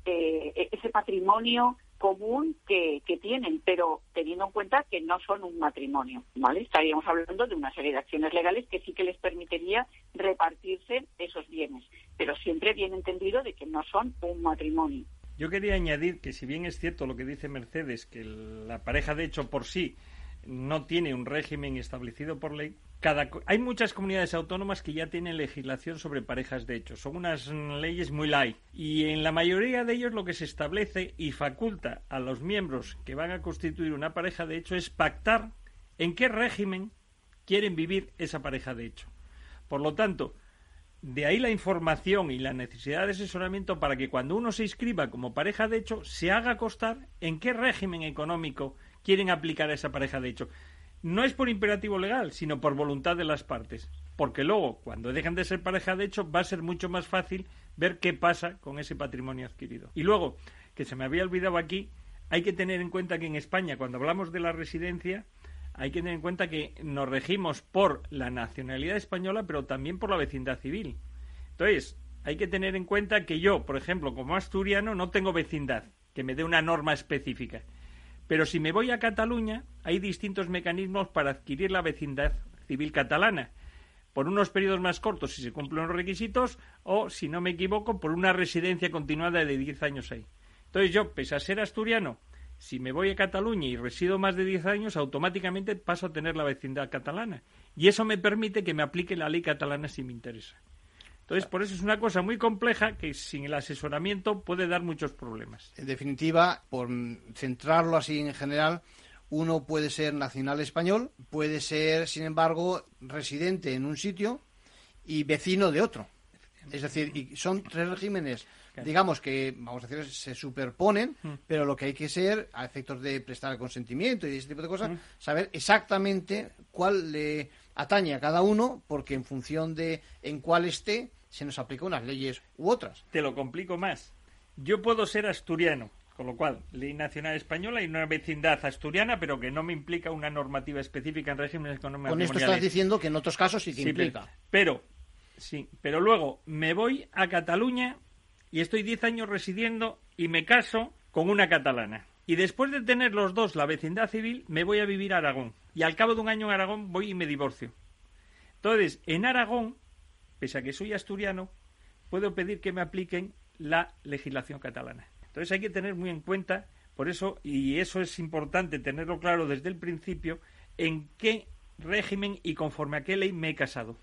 eh, ese patrimonio común que, que tienen, pero teniendo en cuenta que no son un matrimonio, ¿vale? Estaríamos hablando de una serie de acciones legales que sí que les permitiría repartirse esos bienes, pero siempre bien entendido de que no son un matrimonio. Yo quería añadir que si bien es cierto lo que dice Mercedes, que la pareja de hecho por sí no tiene un régimen establecido por ley, cada, hay muchas comunidades autónomas que ya tienen legislación sobre parejas de hecho. Son unas leyes muy light. Y en la mayoría de ellos lo que se establece y faculta a los miembros que van a constituir una pareja de hecho es pactar en qué régimen quieren vivir esa pareja de hecho. Por lo tanto, de ahí la información y la necesidad de asesoramiento para que cuando uno se inscriba como pareja de hecho se haga constar en qué régimen económico quieren aplicar a esa pareja de hecho. No es por imperativo legal, sino por voluntad de las partes. Porque luego, cuando dejan de ser pareja de hecho, va a ser mucho más fácil ver qué pasa con ese patrimonio adquirido. Y luego, que se me había olvidado aquí, hay que tener en cuenta que en España, cuando hablamos de la residencia, hay que tener en cuenta que nos regimos por la nacionalidad española, pero también por la vecindad civil. Entonces, hay que tener en cuenta que yo, por ejemplo, como asturiano, no tengo vecindad, que me dé una norma específica. Pero si me voy a Cataluña, hay distintos mecanismos para adquirir la vecindad civil catalana. Por unos periodos más cortos, si se cumplen los requisitos, o, si no me equivoco, por una residencia continuada de diez años ahí. Entonces yo, pese a ser asturiano, si me voy a Cataluña y resido más de diez años, automáticamente paso a tener la vecindad catalana. Y eso me permite que me aplique la ley catalana si me interesa. Entonces, por eso es una cosa muy compleja que sin el asesoramiento puede dar muchos problemas. En definitiva, por centrarlo así en general, uno puede ser nacional español, puede ser, sin embargo, residente en un sitio y vecino de otro. Es decir, y son tres regímenes, claro, digamos que, vamos a decir, se superponen, mm. pero lo que hay que ser, a efectos de prestar el consentimiento y ese tipo de cosas, mm. saber exactamente cuál le atañe a cada uno, porque en función de en cuál esté, se nos aplican unas leyes u otras. Te lo complico más. Yo puedo ser asturiano, con lo cual, ley nacional española y una vecindad asturiana, pero que no me implica una normativa específica en regímenes económicos. Con esto estás diciendo que en otros casos sí que sí, implica. Pero, sí, pero luego me voy a Cataluña y estoy diez años residiendo y me caso con una catalana. Y después de tener los dos la vecindad civil, me voy a vivir a Aragón. Y al cabo de un año en Aragón voy y me divorcio. Entonces, en Aragón, pese a que soy asturiano, puedo pedir que me apliquen la legislación catalana. Entonces hay que tener muy en cuenta, por eso, y eso es importante tenerlo claro desde el principio, en qué régimen y conforme a qué ley me he casado.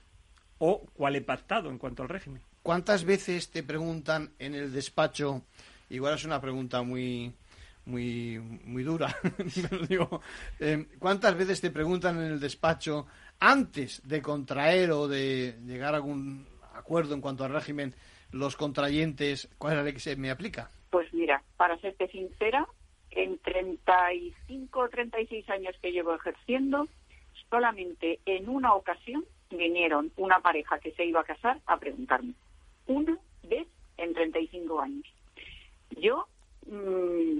O cuál he pactado en cuanto al régimen. ¿Cuántas veces te preguntan en el despacho, igual es una pregunta muy... muy muy dura, pero digo, eh, ¿cuántas veces te preguntan en el despacho antes de contraer o de llegar a algún acuerdo en cuanto al régimen los contrayentes cuál es la ley que se me aplica? Pues mira, para serte sincera, en treinta y cinco o treinta y seis años que llevo ejerciendo, solamente en una ocasión vinieron una pareja que se iba a casar a preguntarme. Una vez en treinta y cinco años. Yo mmm,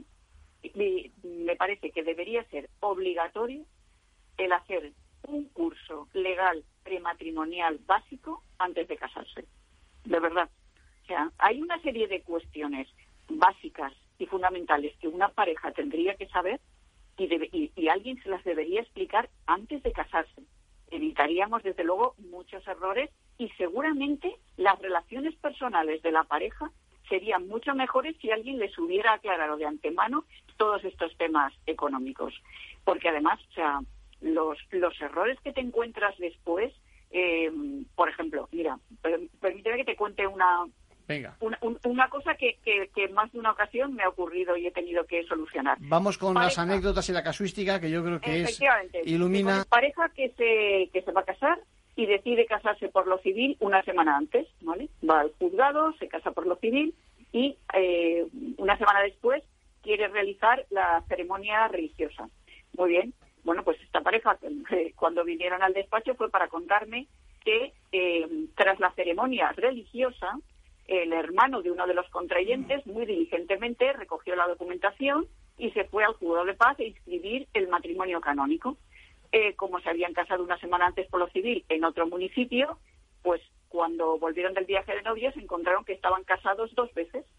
me parece que debería ser obligatorio el hacer un curso legal prematrimonial básico antes de casarse. De verdad. O sea, hay una serie de cuestiones básicas y fundamentales que una pareja tendría que saber y, debe, y, y alguien se las debería explicar antes de casarse. Evitaríamos, desde luego, muchos errores y seguramente las relaciones personales de la pareja serían mucho mejores si alguien les hubiera aclarado de antemano todos estos temas económicos. Porque además, o sea, los, los errores que te encuentras después, eh, por ejemplo, mira, permíteme que te cuente una... Venga. Una, un, una cosa que, que, que más de una ocasión me ha ocurrido y he tenido que solucionar. Vamos con pareja. Las anécdotas y la casuística, que yo creo que es ilumina. Pareja que se que se va a casar y decide casarse por lo civil una semana antes, ¿vale? Va al juzgado, se casa por lo civil y eh, una semana después quiere realizar la ceremonia religiosa. Muy bien. Bueno, pues esta pareja, eh, cuando vinieron al despacho, fue para contarme que eh, tras la ceremonia religiosa, el hermano de uno de los contrayentes muy diligentemente recogió la documentación y se fue al juzgado de paz a inscribir el matrimonio canónico. Eh, como se habían casado una semana antes por lo civil en otro municipio, pues cuando volvieron del viaje de novios encontraron que estaban casados dos veces.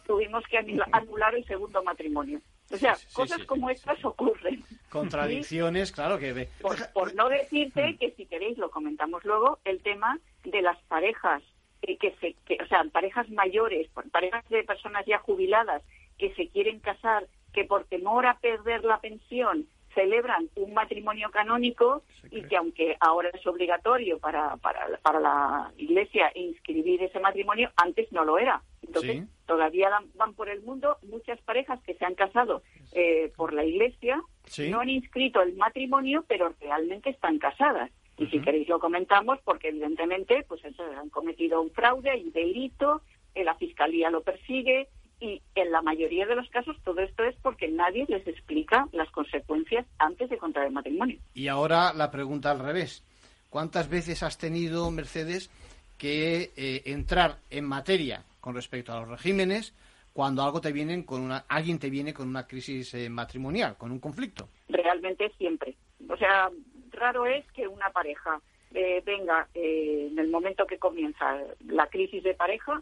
tuvimos que anular el segundo matrimonio. O sea, sí, sí, cosas sí, como sí, estas sí. ocurren. Contradicciones, ¿sí? Claro que... Ve. Por, por no decirte mm. que, si queréis, lo comentamos luego, el tema de las parejas, eh, que se, que, o sea, parejas mayores, parejas de personas ya jubiladas que se quieren casar, que por temor a perder la pensión celebran un matrimonio canónico y que, aunque ahora es obligatorio para, para, para la Iglesia inscribir ese matrimonio, antes no lo era. Entonces, sí. todavía dan, van por el mundo muchas parejas que se han casado eh, por la Iglesia, sí. no han inscrito el matrimonio, pero realmente están casadas. Y uh-huh. si queréis lo comentamos, porque evidentemente pues eso, han cometido un fraude, hay delito, eh, la Fiscalía lo persigue, y en la mayoría de los casos todo esto es porque nadie les explica las consecuencias antes de contraer matrimonio. Y ahora la pregunta al revés. ¿Cuántas veces has tenido, Mercedes, que eh, entrar en materia con respecto a los regímenes cuando algo te vienen con una, alguien te viene con una crisis eh, matrimonial, con un conflicto? Realmente siempre. O sea, raro es que una pareja eh, venga eh, en el momento que comienza la crisis de pareja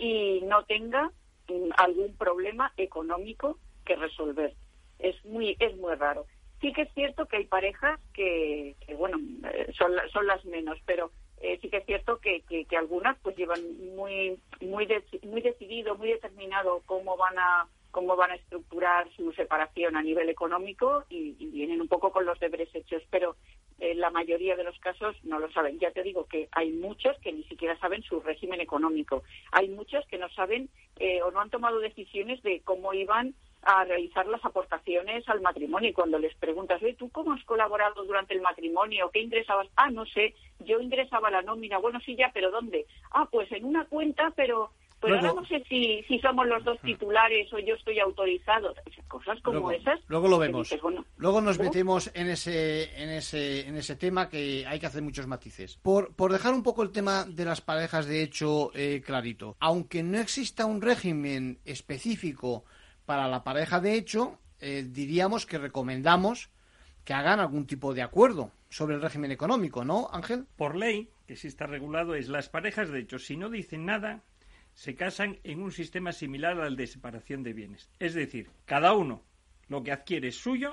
y no tenga algún problema económico que resolver. Es muy es muy raro. Sí que es cierto que hay parejas que, que bueno, son, son las menos, pero eh, sí que es cierto que, que, que algunas pues llevan muy muy de, muy decidido, muy determinado cómo van a cómo van a estructurar su separación a nivel económico y, y vienen un poco con los deberes hechos, pero en la mayoría de los casos no lo saben. Ya te digo que hay muchos que ni siquiera saben su régimen económico. Hay muchos que no saben eh, o no han tomado decisiones de cómo iban a realizar las aportaciones al matrimonio. Y cuando les preguntas, oye, ¿tú cómo has colaborado durante el matrimonio? ¿Qué ingresabas? Ah, no sé, yo ingresaba la nómina. Bueno, sí, ya, ¿pero dónde? Ah, pues en una cuenta, pero... Pero luego, ahora no sé si, si somos los dos titulares o yo estoy autorizado. Cosas como luego, esas. Luego lo vemos. Dices, bueno, luego nos metemos en ese, en ese, en ese tema que hay que hacer muchos matices. Por, por dejar un poco el tema de las parejas de hecho eh, clarito. Aunque no exista un régimen específico para la pareja de hecho, eh, diríamos que recomendamos que hagan algún tipo de acuerdo sobre el régimen económico, ¿no, Ángel? Por ley, que sí está regulado, es las parejas de hecho, si no dicen nada, se casan en un sistema similar al de separación de bienes. Es decir, cada uno lo que adquiere es suyo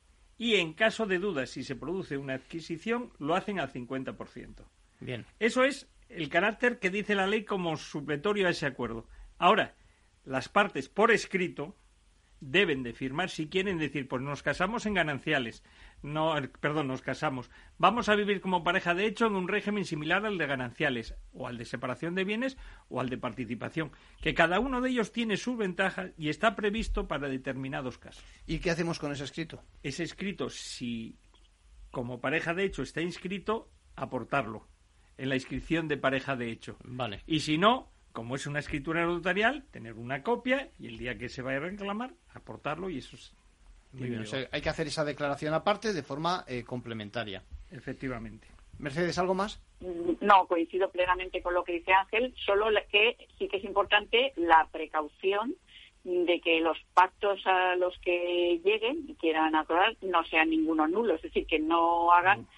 y en caso de duda, si se produce una adquisición, lo hacen al cincuenta por ciento. Bien. Eso es el carácter que dice la ley como supletorio a ese acuerdo. Ahora, las partes por escrito deben de firmar si quieren decir, pues nos casamos en gananciales, no, perdón, nos casamos, vamos a vivir como pareja de hecho en un régimen similar al de gananciales, o al de separación de bienes, o al de participación, que cada uno de ellos tiene sus ventajas y está previsto para determinados casos. ¿Y qué hacemos con ese escrito? Ese escrito, si como pareja de hecho está inscrito, aportarlo en la inscripción de pareja de hecho. Vale. Y si no, como es una escritura notarial, tener una copia y el día que se vaya a reclamar, aportarlo y eso es... Muy bien, o sea, hay que hacer esa declaración aparte de forma eh, complementaria. Efectivamente. Mercedes, ¿algo más? No, coincido plenamente con lo que dice Ángel, solo que sí que es importante la precaución de que los pactos a los que lleguen y quieran acordar no sean ninguno nulo, es decir, que no hagan...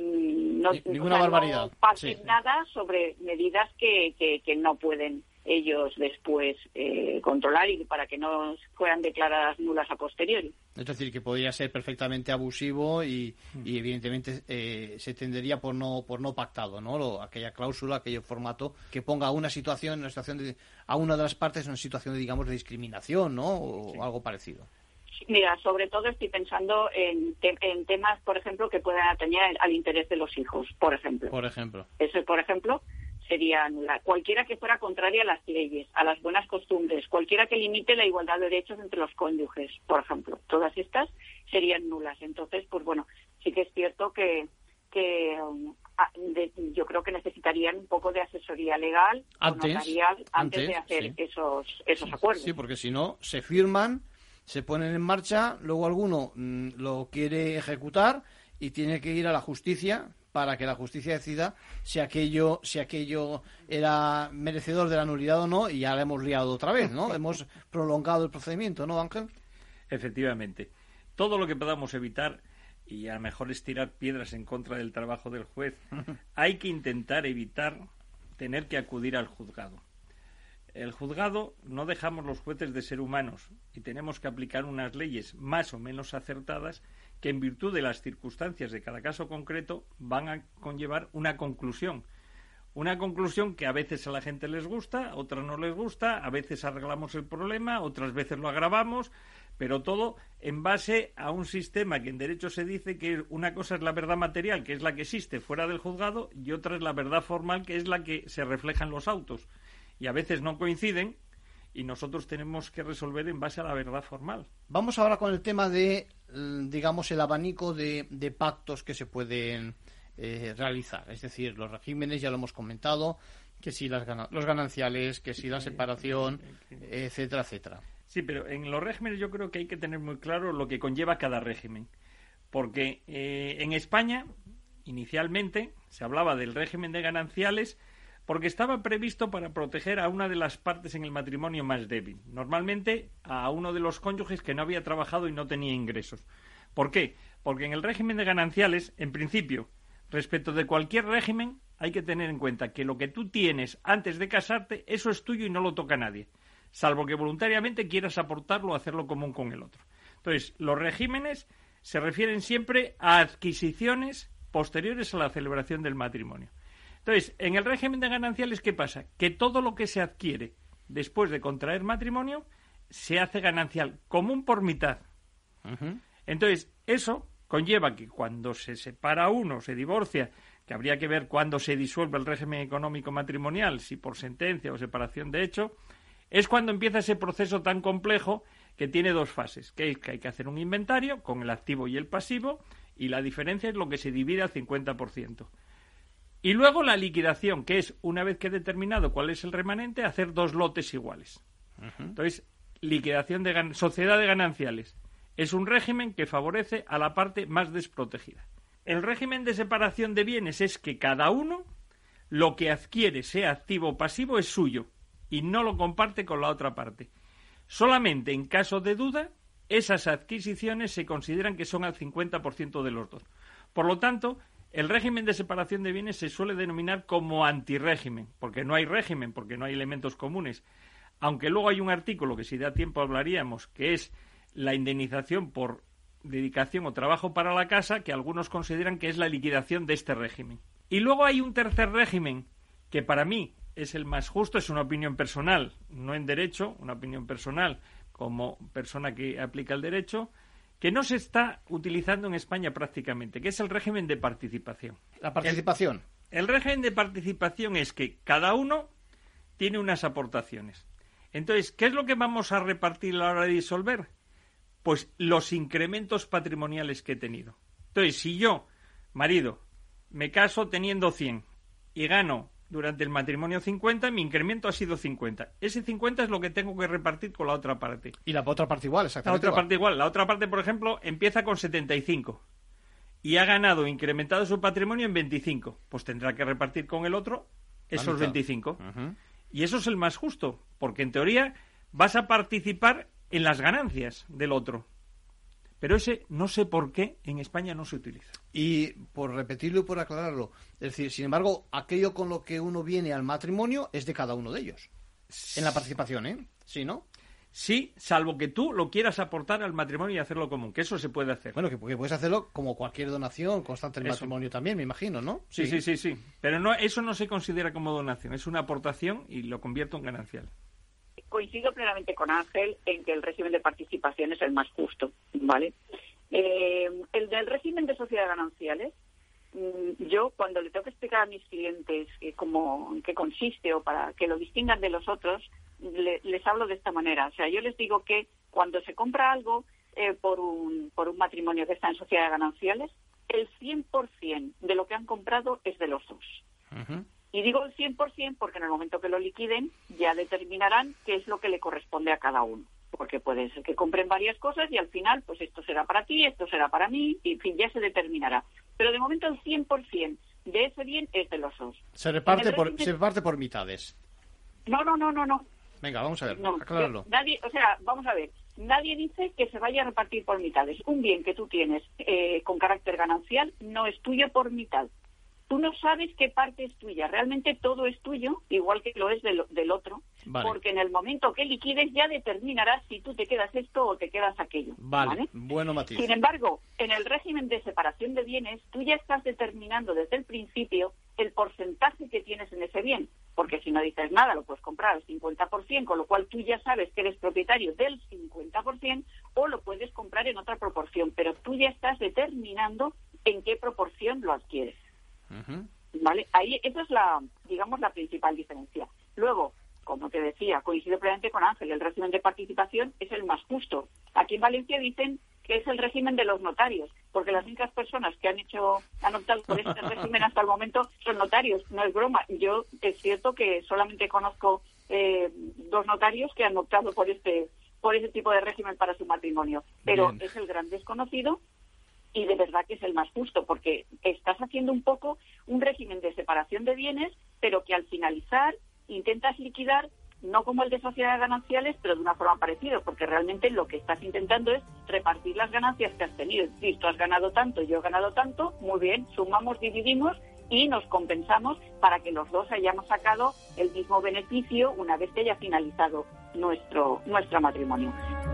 No, ninguna o sea, barbaridad. No pasen sí, sí. nada sobre medidas que, que, que no pueden ellos después eh, controlar y para que no fueran declaradas nulas a posteriori. Es decir, que podría ser perfectamente abusivo y, y evidentemente eh, se tendería por no por no pactado, ¿no? Lo, aquella cláusula, aquel formato que ponga una situación, una situación de, a una de las partes en una situación de, digamos, de discriminación, ¿no? O sí. algo parecido. Mira, sobre todo estoy pensando en, te en temas, por ejemplo, que puedan atañer al, al interés de los hijos, por ejemplo. Por ejemplo. Eso, por ejemplo, sería nula. Cualquiera que fuera contraria a las leyes, a las buenas costumbres, cualquiera que limite la igualdad de derechos entre los cónyuges, por ejemplo. Todas estas serían nulas. Entonces, pues bueno, sí que es cierto que, que um, de, yo creo que necesitarían un poco de asesoría legal antes, o notarial antes, antes de hacer sí. esos, esos sí, acuerdos. Sí, porque si no, se firman, se ponen en marcha, luego alguno mmm, lo quiere ejecutar y tiene que ir a la justicia para que la justicia decida si aquello si aquello era merecedor de la nulidad o no, y ya la hemos liado otra vez, ¿no? Hemos prolongado el procedimiento, ¿no, Ángel? Efectivamente. Todo lo que podamos evitar, y a lo mejor es tirar piedras en contra del trabajo del juez, hay que intentar evitar tener que acudir al juzgado. el juzgado no dejamos los jueces de ser humanos y tenemos que aplicar unas leyes más o menos acertadas que en virtud de las circunstancias de cada caso concreto van a conllevar una conclusión. Una conclusión que a veces a la gente les gusta, a otras no les gusta, a veces arreglamos el problema, otras veces lo agravamos, pero todo en base a un sistema que en derecho se dice que una cosa es la verdad material, que es la que existe fuera del juzgado, y otra es la verdad formal, que es la que se refleja en los autos. Y a veces no coinciden y nosotros tenemos que resolver en base a la verdad formal. Vamos ahora con el tema de, digamos, el abanico de, de pactos que se pueden eh, realizar. Es decir, los regímenes, ya lo hemos comentado, que si las gana- los gananciales, que si la separación, etcétera, etcétera. Sí, pero en los regímenes yo creo que hay que tener muy claro lo que conlleva cada régimen. Porque eh, en España, inicialmente, se hablaba del régimen de gananciales porque estaba previsto para proteger a una de las partes en el matrimonio más débil. Normalmente a uno de los cónyuges que no había trabajado y no tenía ingresos. ¿Por qué? Porque en el régimen de gananciales, en principio, respecto de cualquier régimen, hay que tener en cuenta que lo que tú tienes antes de casarte, eso es tuyo y no lo toca a nadie, salvo que voluntariamente quieras aportarlo o hacerlo común con el otro. Entonces, los regímenes se refieren siempre a adquisiciones posteriores a la celebración del matrimonio. Entonces, en el régimen de gananciales, ¿qué pasa? Que todo lo que se adquiere después de contraer matrimonio se hace ganancial, común por mitad. Uh-huh. Entonces, eso conlleva que cuando se separa uno, se divorcia, que habría que ver cuándo se disuelve el régimen económico matrimonial, si por sentencia o separación de hecho, es cuando empieza ese proceso tan complejo que tiene dos fases, que es que hay que hacer un inventario con el activo y el pasivo, y la diferencia es lo que se divide al cincuenta por ciento. Y luego la liquidación, que es, una vez que he determinado cuál es el remanente, hacer dos lotes iguales. Uh-huh. Entonces, liquidación de gan- sociedad de gananciales. Es un régimen que favorece a la parte más desprotegida. El régimen de separación de bienes es que cada uno, lo que adquiere, sea activo o pasivo, es suyo y no lo comparte con la otra parte. Solamente en caso de duda, esas adquisiciones se consideran que son al cincuenta por ciento de los dos. Por lo tanto, el régimen de separación de bienes se suele denominar como antirrégimen, porque no hay régimen, porque no hay elementos comunes. Aunque luego hay un artículo que si da tiempo hablaríamos, que es la indemnización por dedicación o trabajo para la casa, que algunos consideran que es la liquidación de este régimen. Y luego hay un tercer régimen, que para mí es el más justo, es una opinión personal, no en derecho, una opinión personal como persona que aplica el derecho, que no se está utilizando en España prácticamente, que es el régimen de participación. La participación. El, el régimen de participación es que cada uno tiene unas aportaciones. Entonces, ¿qué es lo que vamos a repartir a la hora de disolver? Pues los incrementos patrimoniales que he tenido. Entonces, si yo, marido, me caso teniendo cien y gano durante el matrimonio cincuenta, mi incremento ha sido cincuenta. Ese cincuenta es lo que tengo que repartir con la otra parte. Y la otra parte igual, exactamente. La otra parte igual. La otra parte, por ejemplo, empieza con setenta y cinco y ha ganado, incrementado su patrimonio en veinticinco. Pues tendrá que repartir con el otro esos veinticinco. Uh-huh. Y eso es el más justo, porque en teoría vas a participar en las ganancias del otro. Pero ese no sé por qué en España no se utiliza. Y por repetirlo y por aclararlo, es decir, sin embargo, aquello con lo que uno viene al matrimonio es de cada uno de ellos. En la participación, ¿eh? Sí, ¿no? Sí, salvo que tú lo quieras aportar al matrimonio y hacerlo común, que eso se puede hacer. Bueno, que, que puedes hacerlo como cualquier donación constante del matrimonio también, me imagino, ¿no? Sí, sí, sí, sí. sí. Pero no, eso no se considera como donación, es una aportación y lo convierto en ganancial. Coincido plenamente con Ángel en que el régimen de participación es el más justo, ¿vale? Eh, el del régimen de sociedad de gananciales, yo cuando le tengo que explicar a mis clientes eh, cómo, en qué consiste o para que lo distingan de los otros, le, les hablo de esta manera. O sea, yo les digo que cuando se compra algo eh, por un por un matrimonio que está en sociedad de gananciales, el cien por ciento de lo que han comprado es de los dos. Uh-huh. Y digo el cien por ciento porque en el momento que lo liquiden ya determinarán qué es lo que le corresponde a cada uno. Porque puede ser que compren varias cosas y al final, pues esto será para ti, esto será para mí, y en fin, ya se determinará. Pero de momento el cien por ciento de ese bien es de los dos. Se reparte por de... se reparte por mitades. No, no, no, no, no. Venga, vamos a ver, no, acláralo. Nadie, o sea, vamos a ver, nadie dice que se vaya a repartir por mitades. Un bien que tú tienes eh, con carácter ganancial no es tuyo por mitad. tú no sabes qué parte es tuya. Realmente todo es tuyo, igual que lo es del, del otro, vale. Porque en el momento que liquides ya determinarás si tú te quedas esto o te quedas aquello. Vale, ¿vale? Bueno matiz. Sin embargo, en el régimen de separación de bienes, tú ya estás determinando desde el principio el porcentaje que tienes en ese bien, porque si no dices nada, lo puedes comprar al cincuenta por ciento, con lo cual tú ya sabes que eres propietario del cincuenta por ciento, o lo puedes comprar en otra proporción, pero tú ya estás determinando en qué proporción lo adquieres. Uh-huh. ¿Vale? Ahí esa es la, digamos, la principal diferencia. Luego, como te decía, coincido plenamente con Ángel, el régimen de participación es el más justo. Aquí en Valencia dicen que es el régimen de los notarios, porque las únicas personas que han hecho, han optado por este régimen hasta el momento son notarios. No es broma. Yo es cierto que solamente conozco eh, dos notarios que han optado por este, por ese tipo de régimen para su matrimonio, pero Bien. Es el gran desconocido. Y de verdad que es el más justo, porque estás haciendo un poco un régimen de separación de bienes, pero que al finalizar intentas liquidar, no como el de sociedades gananciales, pero de una forma parecida, porque realmente lo que estás intentando es repartir las ganancias que has tenido. Es decir, tú has ganado tanto, yo he ganado tanto, muy bien, sumamos, dividimos y nos compensamos para que los dos hayamos sacado el mismo beneficio una vez que haya finalizado nuestro, nuestro matrimonio.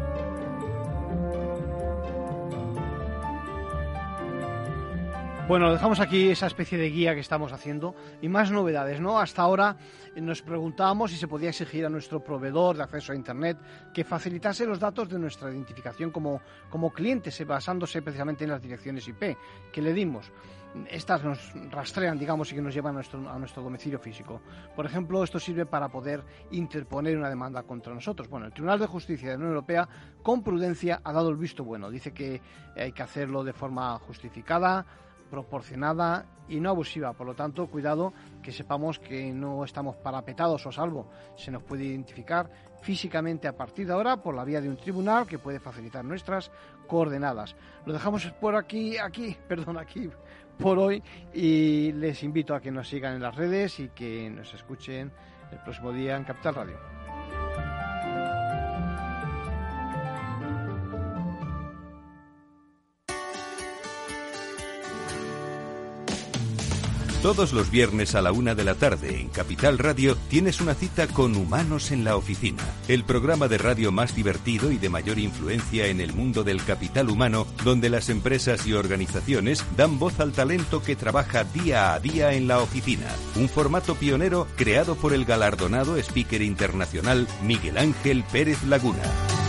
Bueno, dejamos aquí esa especie de guía que estamos haciendo y más novedades, ¿no? Hasta ahora nos preguntábamos si se podía exigir a nuestro proveedor de acceso a Internet que facilitase los datos de nuestra identificación como, como clientes, basándose precisamente en las direcciones I P que le dimos. Estas nos rastrean, digamos, y que nos llevan a nuestro, a nuestro domicilio físico. Por ejemplo, esto sirve para poder interponer una demanda contra nosotros. Bueno, el Tribunal de Justicia de la Unión Europea, con prudencia, ha dado el visto bueno. Dice que hay que hacerlo de forma justificada, proporcionada y no abusiva. Por lo tanto, cuidado, que sepamos que no estamos parapetados o salvo. Se nos puede identificar físicamente a partir de ahora por la vía de un tribunal que puede facilitar nuestras coordenadas. Lo dejamos por aquí, aquí, perdón, aquí por hoy y les invito a que nos sigan en las redes y que nos escuchen el próximo día en Capital Radio. Todos los viernes a la una de la tarde en Capital Radio tienes una cita con Humanos en la Oficina, el programa de radio más divertido y de mayor influencia en el mundo del capital humano, donde las empresas y organizaciones dan voz al talento que trabaja día a día en la oficina. Un formato pionero creado por el galardonado speaker internacional Miguel Ángel Pérez Laguna.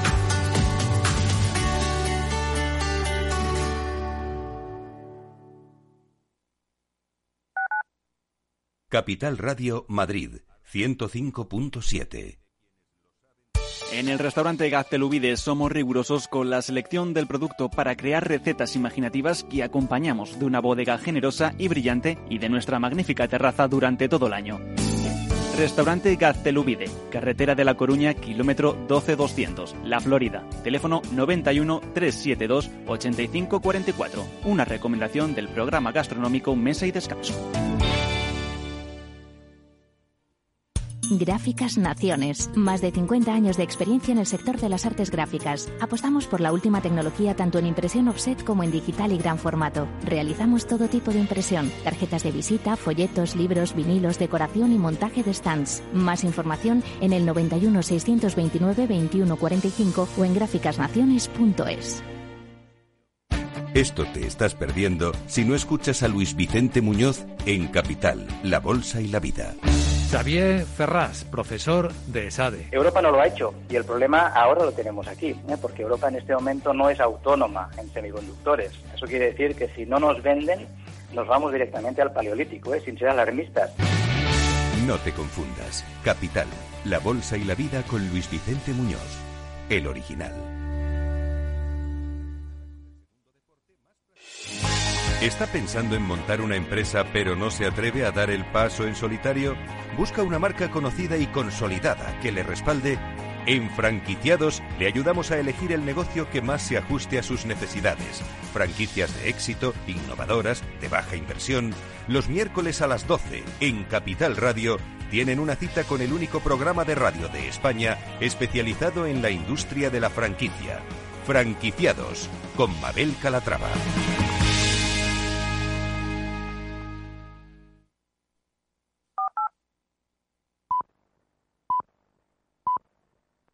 Capital Radio Madrid, ciento cinco punto siete. En el restaurante Gaztelubides somos rigurosos con la selección del producto para crear recetas imaginativas que acompañamos de una bodega generosa y brillante y de nuestra magnífica terraza durante todo el año. Restaurante Gaztelubide, carretera de La Coruña, kilómetro doce doscientos, La Florida. Teléfono noventa y uno, trescientos setenta y dos, ochenta y cinco cuarenta y cuatro. Una recomendación del programa gastronómico Mesa y Descanso. Gráficas Naciones. Más de cincuenta años de experiencia en el sector de las artes gráficas. Apostamos por la última tecnología tanto en impresión offset como en digital y gran formato. Realizamos todo tipo de impresión. Tarjetas de visita, folletos, libros, vinilos, decoración y montaje de stands. Más información en el noventa y uno, seiscientos veintinueve, veintiuno cuarenta y cinco o en gráficas naciones punto es. Esto te estás perdiendo si no escuchas a Luis Vicente Muñoz en Capital, La Bolsa y la Vida. Xavier Ferrás, profesor de ESADE. Europa no lo ha hecho y el problema ahora lo tenemos aquí, ¿eh? Porque Europa en este momento no es autónoma en semiconductores. Eso quiere decir que si no nos venden, nos vamos directamente al paleolítico, ¿eh? Sin ser alarmistas. No te confundas. Capital, La Bolsa y la Vida con Luis Vicente Muñoz, el original. ¿Está pensando en montar una empresa pero no se atreve a dar el paso en solitario? Busca una marca conocida y consolidada que le respalde. En Franquiciados le ayudamos a elegir el negocio que más se ajuste a sus necesidades. Franquicias de éxito, innovadoras, de baja inversión. Los miércoles a las doce en Capital Radio tienen una cita con el único programa de radio de España especializado en la industria de la franquicia. Franquiciados con Mabel Calatrava.